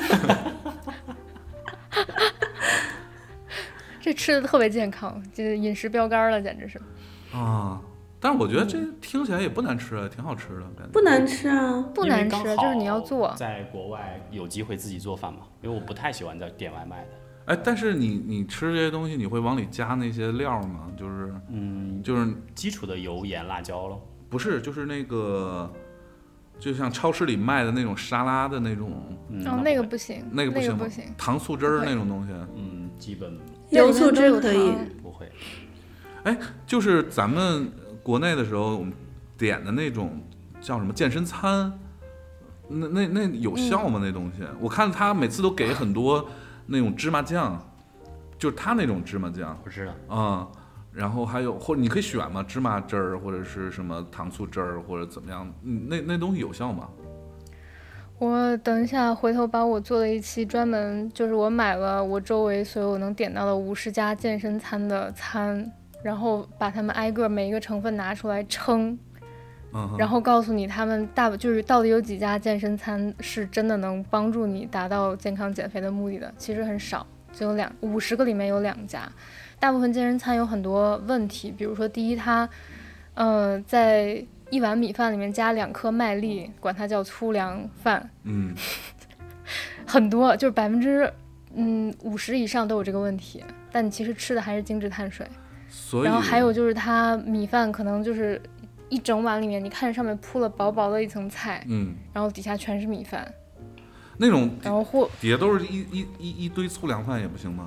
这吃的特别健康，这饮食标杆了，简直是。 啊，但是我觉得这听起来也不难吃啊，挺好吃的感觉。 不难吃啊。 不难吃， 因为刚好就是你要做。 在国外有机会自己做饭嘛，因为我不太喜欢在点外卖的。 哎，但是你你吃这些东西，你会往里加那些料吗？就是嗯， 就是基础的油盐辣椒咯。 不是就是那个，就像超市里卖的那种沙拉的那种， 嗯， 哦，那个不行， 那个不行吗？ 不行。 糖醋汁儿那种东西。 嗯，基本油醋汁可以。 不会。 哎，就是咱们国内的时候，我们点的那种叫什么健身餐，那那那有效吗？那东西，我看他每次都给很多那种芝麻酱，就是他那种芝麻酱不是的。 啊、嗯，然后还有或者你可以选嘛，芝麻汁儿或者是什么糖醋汁儿或者怎么样，嗯，那那东西有效吗？ 我等一下回头把我做的一期专门，就是我买了我周围所有能点到的五十家健身餐的餐，然后把他们挨个每一个成分拿出来称， 嗯， 然后告诉你他们大就是到底有几家健身餐是真的能帮助你达到健康减肥的目的的，其实很少，只有两五十个里面有两家。大部分健身餐有很多问题，比如说第一，它呃在一碗米饭里面加两颗麦粒，管它叫粗粮饭， 嗯， 很多就是百分之嗯五十以上都有这个问题，但你其实吃的还是精致碳水。 所以然后还有就是它米饭可能就是一整碗里面，你看上面铺了薄薄的一层菜， 嗯， 然后底下全是米饭， 那种然后或底下都是一一一一堆粗粮饭也不行吗？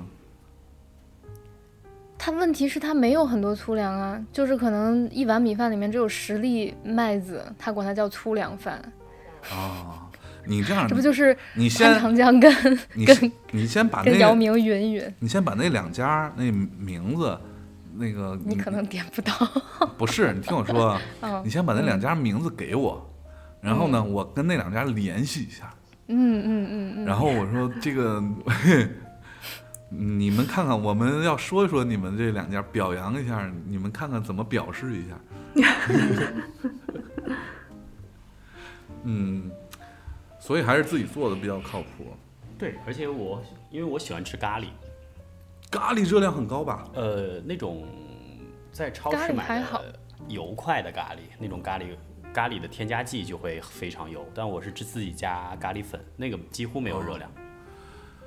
它问题是它没有很多粗粮啊，就是可能一碗米饭里面只有十粒麦子，它管它叫粗粮饭。 啊，你这样， 这不就是你先潘长江跟你跟你先把那跟姚明匀一匀？ 你先把那两家那名字，那个你可能点不到。 不是，你听我说， 嗯你先把那两家名字给我，然后呢，我跟那两家联系一下， 嗯嗯嗯嗯。 然后我说这个。你们看看，我们要说一说你们这两家，表扬一下，你们看看怎么表示一下。嗯，所以还是自己做的比较靠谱。 对，而且我因为我喜欢吃咖喱， 咖喱热量很高吧？ 呃，那种在超咖市买喱还好的油块的咖喱，那种咖喱咖喱的添加剂就会非常油，但我是自己加咖喱粉，那个几乎没有热量。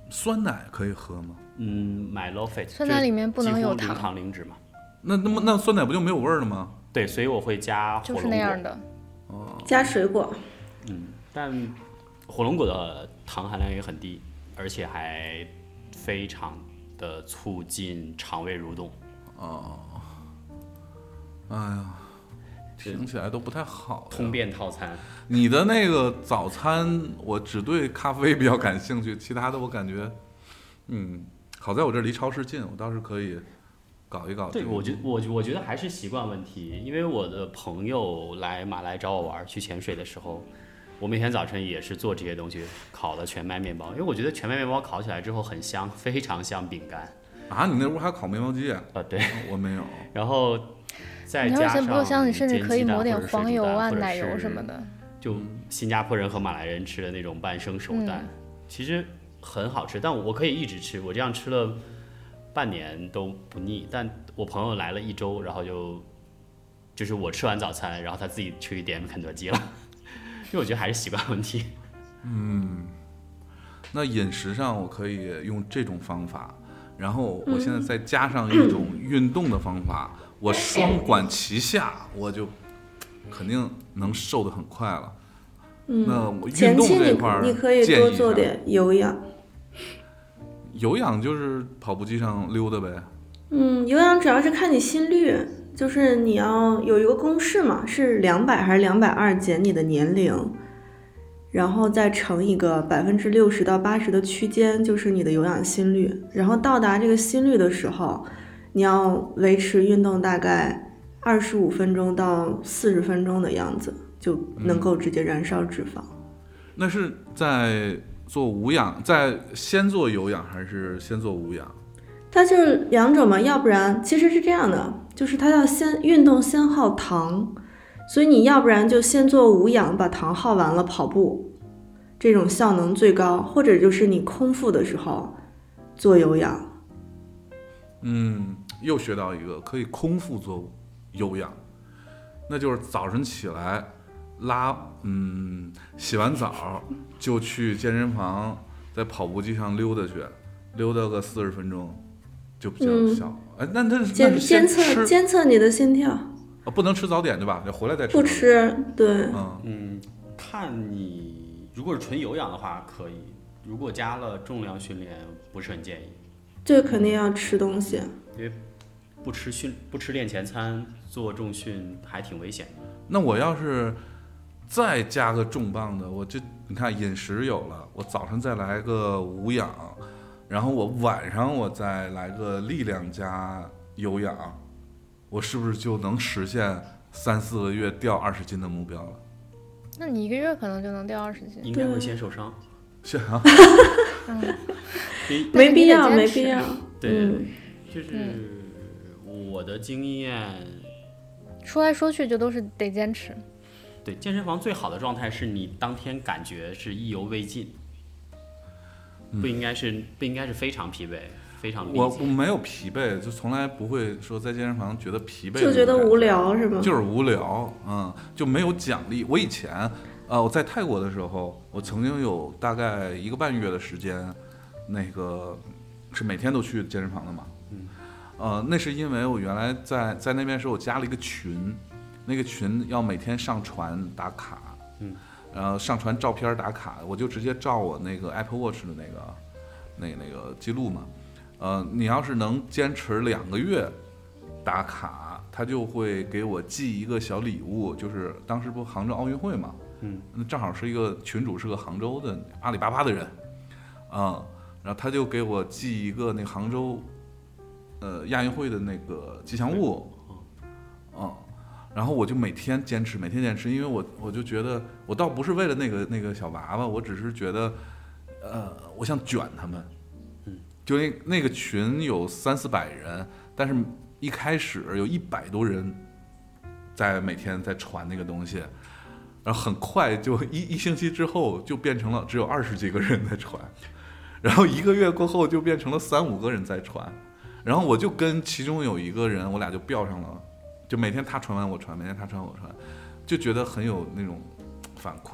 酸奶可以喝吗？ 嗯，买 low fit， 酸奶里面不能有糖，零糖糖零脂嘛。 那那么那酸奶不就没有味儿了吗？ 对，所以我会加火龙果。 就是那样的。 哦， 加水果。 嗯，但火龙果的糖含量也很低，而且还非常的促进肠胃蠕动。 哦，哎呀，听起来都不太好。 通便套餐。 你的那个早餐，我只对咖啡比较感兴趣，其他的我感觉，嗯，好在我这离超市近，我倒是可以搞一搞。 对，我觉我我觉得还是习惯问题，因为我的朋友来马来找我玩，去潜水的时候，我每天早晨也是做这些东西，烤的全麦面包，因为我觉得全麦面包烤起来之后很香，非常像饼干。 啊，你那屋还烤面包机啊？ 啊，对， 我没有。 然后再加上你要是不够香，你甚至可以抹点黄油啊、 煎鸡蛋奶油什么的。 就新加坡人和马来人吃的那种半生熟蛋， 嗯、 其实很好吃，但我可以一直吃，我这样吃了半年都不腻。但我朋友来了一周，然后就就是我吃完早餐，然后他自己去点肯德基了，因为我觉得还是习惯问题。 嗯，那饮食上我可以用这种方法，然后我现在再加上一种运动的方法，嗯、我双管齐下，我就肯定能瘦得很快了。 嗯， 那我运动这块儿， 你可以多做点有氧。 有氧就是跑步机上溜达呗。 嗯，有氧主要是看你心率，就是你要有一个公式嘛，是两百还是两百二减你的年龄，然后再乘一个百分之六十到八十的区间，就是你的有氧心率。然后到达这个心率的时候，你要维持运动大概二十五分钟到四十分钟的样子，就能够直接燃烧脂肪。 嗯、那是在做无氧，在先做有氧还是先做无氧？ 它就是两种嘛，要不然其实是这样的，就是它要先运动先耗糖，所以你要不然就先做无氧，把糖耗完了跑步，这种效能最高，或者就是你空腹的时候做有氧。 嗯，又学到一个，可以空腹做有氧，那就是早晨起来拉，嗯，洗完澡就去健身房，在跑步机上溜达去，溜达个四十分钟。就比较有效。哎、嗯，那那监监测监测你的心跳。 哦，不能吃早点对吧？要回来再吃。 不吃，对。 嗯嗯，看你如果是纯有氧的话可以，如果加了重量训练不是很建议。 这肯定要吃东西。 因为不吃训不吃练前餐做重训还挺危险的。 那我要是再加个重磅的，我就你看饮食有了，我早上再来个无氧。然后我晚上我再来个力量加有氧，我是不是就能实现三四个月掉二十斤的目标了？ 那你一个月可能就能掉二十斤， 应该会先受伤。 是啊， 嗯， 没必要，没必要。 对， 嗯、 就是我的经验， 说来说去就都是得坚持。 对，健身房最好的状态是你当天感觉是意犹未尽。不应该是不应该是非常疲惫，非常我我没有疲惫，就从来不会说在健身房觉得疲惫， 就觉得无聊是吗？ 就是无聊，嗯，就没有奖励。我以前，呃，我在泰国的时候，我曾经有大概一个半月的时间，那个是每天都去健身房的嘛， 嗯， 呃，那是因为我原来在在那边的时候，我加了一个群，那个群要每天上传打卡， 嗯。 然后上传照片打卡，我就直接照我那个 Apple Watch 的那个、那个、那个记录嘛。呃，你要是能坚持两个月打卡，他就会给我寄一个小礼物，就是当时不杭州奥运会嘛， 嗯， 那正好是一个群主是个杭州的阿里巴巴的人，啊、嗯，然后他就给我寄一个那杭州呃亚运会的那个吉祥物，嗯。然后我就每天坚持，每天坚持，因为我我就觉得，我倒不是为了那个那个小娃娃，我只是觉得，呃，我想卷他们， 嗯， 就那那个群有三四百人，但是一开始有一百多人在每天在传那个东西，然后很快就一一星期之后就变成了只有二十几个人在传，然后一个月过后就变成了三五个人在传，然后我就跟其中有一个人，我俩就飙上了。就每天他传完我传，每天他传我传，就觉得很有那种反馈。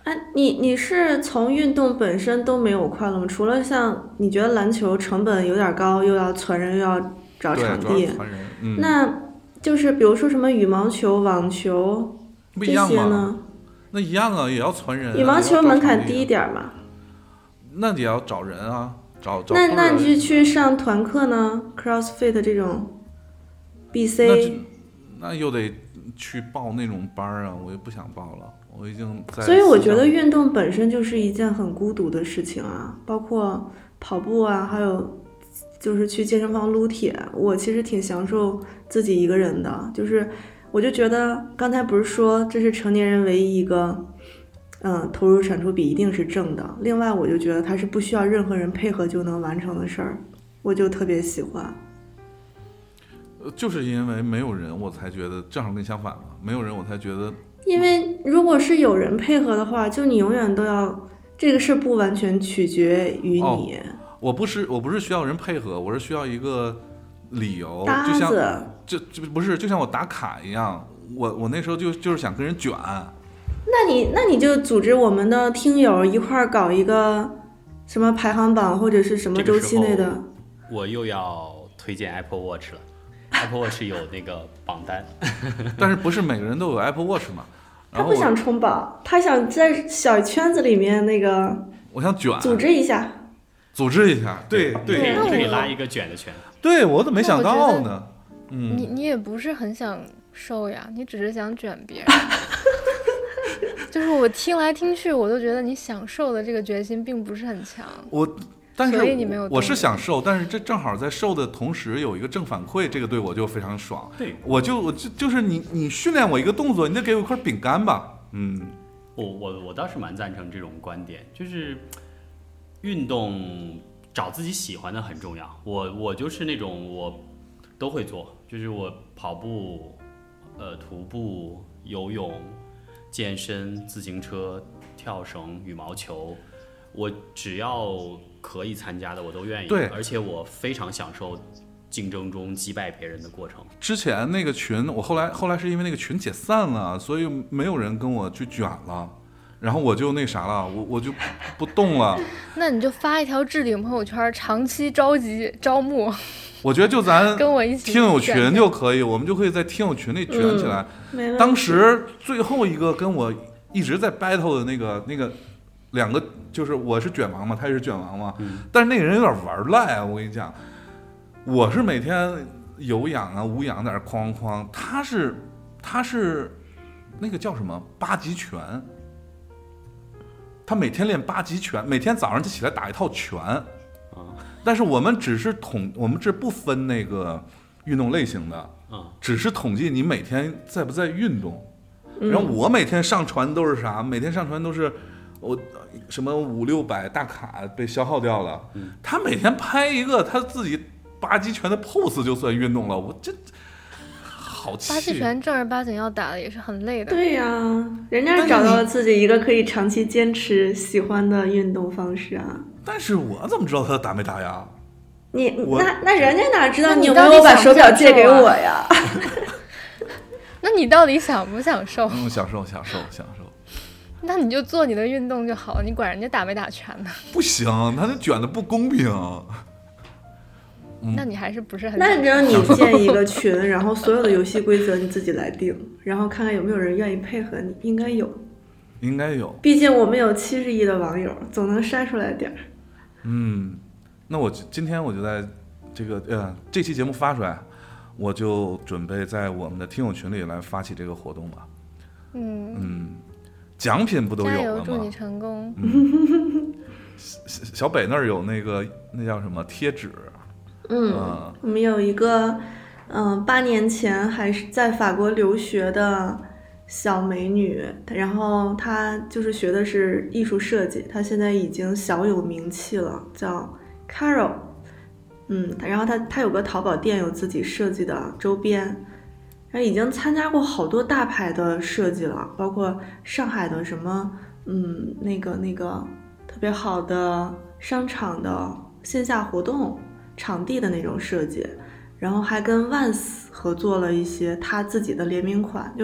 哎，你你是从运动本身都没有快乐吗？除了像你觉得篮球成本有点高，又要攒人，又要找对， 场地， 主要是传人，嗯， 那就是比如说什么羽毛球、网球这不一样吗？ 些呢？ 那一样啊，也要传人啊、 羽毛球也要找门槛低一场地啊， 点嘛。 那也要找人啊，找找那那多人你就去上团课呢 ？CrossFit 这种 B 那 C， 就那又得去报那种班儿啊，我也不想报了，我已经在。 所以我觉得运动本身就是一件很孤独的事情啊，包括跑步啊，还有就是去健身房撸铁，我其实挺享受自己一个人的。就是我就觉得刚才不是说这是成年人唯一一个，嗯，投入产出比一定是正的。另外，我就觉得它是不需要任何人配合就能完成的事儿，我就特别喜欢。 呃就是因为没有人，我才觉得正好跟你相反嘛，没有人我才觉得因为如果是有人配合的话，就你永远都要这个事不完全取决于你。 哦我不是我不是需要人配合，我是需要一个理由， 搭就像子， 这这不是就像我打卡一样，我我那时候就就是想跟人卷， 那你那你就组织我们的听友一块儿搞一个什么排行榜或者是什么周期内的。 我又要推荐 Apple Watch 了。Apple Watch 有那个榜单， 但是不是每个人都有 Apple Watch 嘛？然后我他不想冲榜，他想在小圈子里面那个我想卷， 组织一下。 组织一下，对对， 对可以可以我拉一个卷的圈。 对，我怎么没想到呢？ 你嗯， 你也不是很想瘦呀，你只是想卷别人。就是我听来听去，我都觉得你想瘦的这个决心并不是很强。 我但是所以你没有我我是动力想瘦，但是这正好在瘦的同时有一个正反馈，这个对我就非常爽。 对， 我就我就就是你你训练我一个动作，你得给我一块饼干吧？嗯， 我我我倒是蛮赞成这种观点，就是运动找自己喜欢的很重要。我我就是那种我都会做，就是我跑步、呃徒步、游泳、健身、自行车、跳绳、羽毛球，我只要可以参加的我都愿意。 对， 而且我非常享受竞争中击败别人的过程。 之前那个群，我后来后来是因为那个群解散了，所以没有人跟我去卷了。然后我就那啥了，我我就不动了。 那你就发一条置顶朋友圈，长期召集招募， 我觉得就咱跟我一起听友群卷卷就可以，我们就可以在听友群里卷起来。 没问题当时最后一个跟我一直在 battle 的那个那个两个，就是我是卷王嘛，他也是卷王嘛， 嗯、 但是那个人有点玩赖啊，我跟你讲，我是每天有氧啊无氧在那哐哐，他是他是那个叫什么八极拳。他每天练八极拳，每天早上就起来打一套拳， 啊， 但是我们只是统，我们这不分那个运动类型的， 啊， 只是统计你每天在不在运动。 嗯然后我每天上传都是啥？每天上传都是我什么五六百大卡被消耗掉了。 嗯、 他每天拍一个他自己八极拳的 pose 就算运动了，我这。好气！ 八极拳正儿八经要打的也是很累的。 对呀、啊，人家找到了自己一个可以长期坚持喜欢的运动方式啊。 但是我怎么知道他打没打呀？ 你我那那人家哪知道那你有没有把手表借给我呀？ 那你到底想不想瘦？ 嗯，享受享受享受。 那你就做你的运动就好了，你管人家打没打拳呢？ 不行，他那卷的不公平。嗯、 那你还是不是很？ 那只有你建一个群，然后所有的游戏规则你自己来定，然后看看有没有人愿意配合你，应该有， 应该有。 毕竟我们有七十亿的网友，总能筛出来点儿。 嗯，那我今天我就在这个呃这期节目发出来，我就准备在我们的听友群里来发起这个活动吧。 嗯嗯，奖品不都有加油， 了祝你吗？ 成功。 嗯、小小北那儿有那个那叫什么贴纸。 嗯， 嗯我们有一个，嗯、呃，八年前还是在法国留学的小美女，然后她就是学的是艺术设计，她现在已经小有名气了，叫 Carol。嗯，然后她她有个淘宝店，有自己设计的周边，然后已经参加过好多大牌的设计了，包括上海的什么，嗯，那个那个特别好的商场的线下活动。场地的那种设计，然后还跟 Vans 合作了一些他自己的联名款，就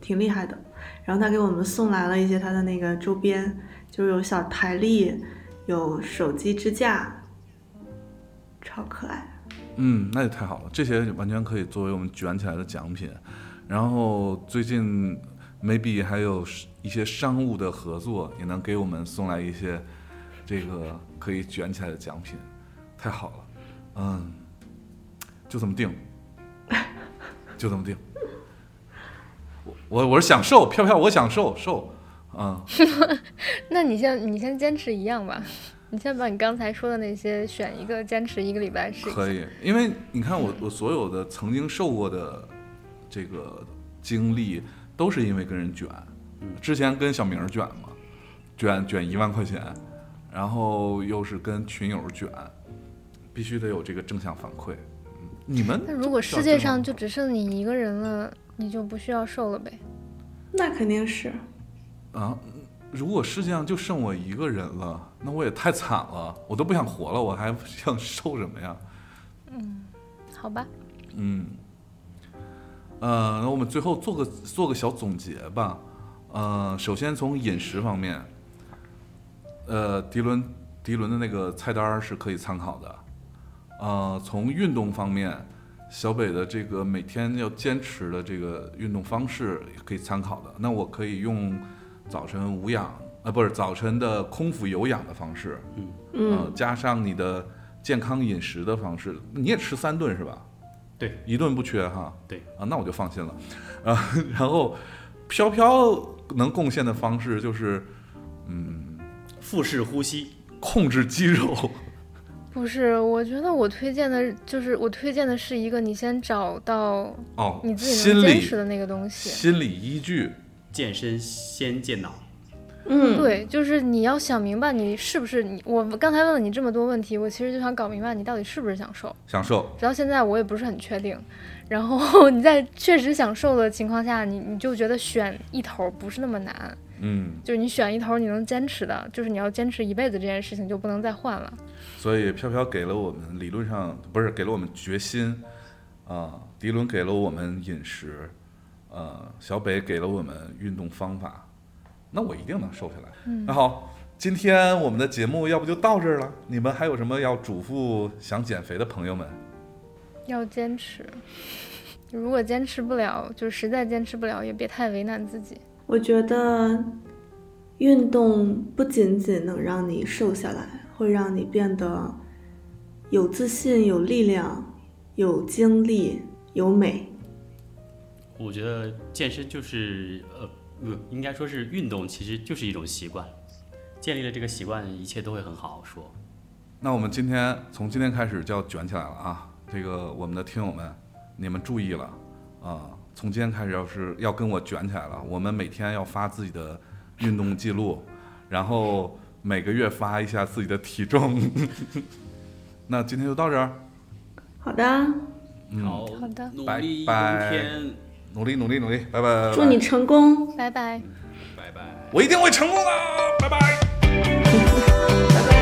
挺厉害的。然后他给我们送来了一些他的那个周边，就是有小台历，有手机支架，超可爱。 嗯，那也太好了，这些完全可以作为我们卷起来的奖品。然后最近 maybe 还有一些商务的合作，也能给我们送来一些这个可以卷起来的奖品，太好了。嗯，就这么定，就这么定。我我我是想瘦，飘飘，我想瘦瘦，嗯。 那你先你先坚持一样吧。你先把你刚才说的那些选一个，坚持一个礼拜试一下。 可以，因为你看我我所有的曾经受过的这个经历，都是因为跟人卷。之前跟小明卷嘛，卷卷一万块钱，然后又是跟群友卷，必须得有这个正向反馈。你们那如果世界上就只剩你一个人了，你就不需要瘦了呗？ 那肯定是啊。如果世界上就剩我一个人了，那我也太惨了，我都不想活了，我还想瘦什么呀？ 嗯，好吧。 嗯，呃，那我们最后做个做个小总结吧。呃，首先从饮食方面，呃，迪伦迪伦的那个菜单是可以参考的。呃，从运动方面，小北的这个每天要坚持的这个运动方式也可以参考的。那我可以用早晨无氧，呃，不是早晨的空腹有氧的方式， 嗯， 呃，加上你的健康饮食的方式，你也吃三顿是吧？ 对， 一顿不缺哈。 对啊，那我就放心了。啊，然后飘飘能贡献的方式就是，嗯， 腹式呼吸， 控制肌肉。 不是，我觉得我推荐的就是我推荐的是一个你先找到哦， 你自己能坚持的那个东西， 心理依据。 健身先健脑。 嗯， 对，就是你要想明白你是不是你。我刚才问了你这么多问题，我其实就想搞明白你到底是不是想瘦。 想瘦。 直到现在我也不是很确定。然后你在确实想瘦的情况下，你你就觉得选一头不是那么难。 嗯， 就是你选一头你能坚持的，就是你要坚持一辈子这件事情就不能再换了。 所以飘飘给了我们理论上不是给了我们决心，啊、呃，迪伦给了我们饮食，呃，小北给了我们运动方法，那我一定能瘦下来。嗯、那好，今天我们的节目要不就到这儿了？你们还有什么要嘱咐想减肥的朋友们？ 要坚持，如果坚持不了，就实在坚持不了，也别太为难自己。 我觉得运动不仅仅能让你瘦下来，会让你变得有自信、有力量、有精力、有美。 我觉得健身就是呃，应该说是运动，其实就是一种习惯。建立了这个习惯，一切都会很好说。 那我们今天从今天开始就要卷起来了啊！这个我们的听友们，你们注意了啊！从今天开始要是要跟我卷起来了，我们每天要发自己的运动记录，然后每个月发一下自己的体重。那今天就到这儿。 好的， 嗯、 好好的， 努力拜拜， 冬天， 努力努力努力，拜拜！ 祝你成功， 拜拜， 拜拜。 我一定会成功的，拜拜。 拜拜。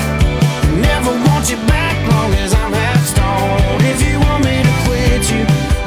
Want you back long as I'm half stoned. If you want me to quit you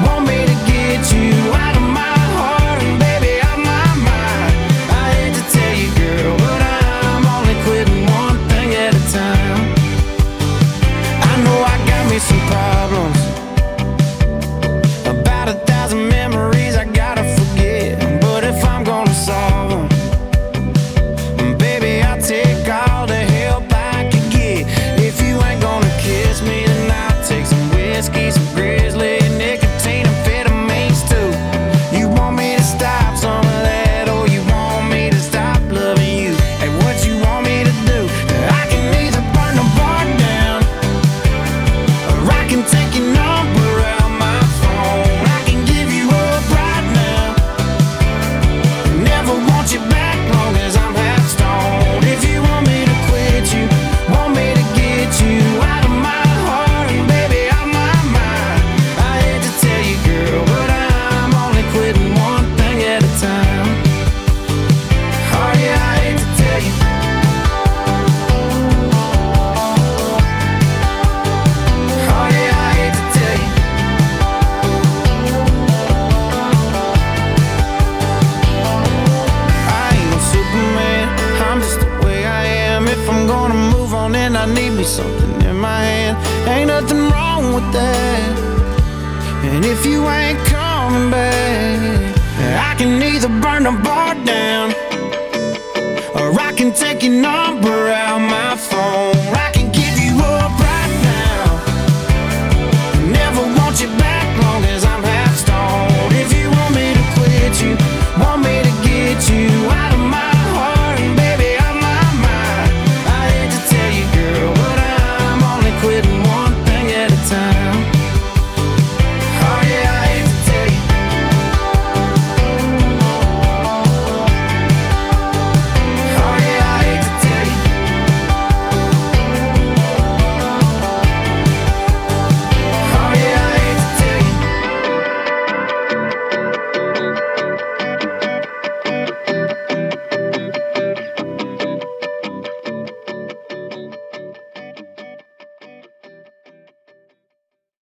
me something in my hand. Ain't nothing wrong with that. And if you ain't coming back, I can either burn the bar down, or I can take your number out my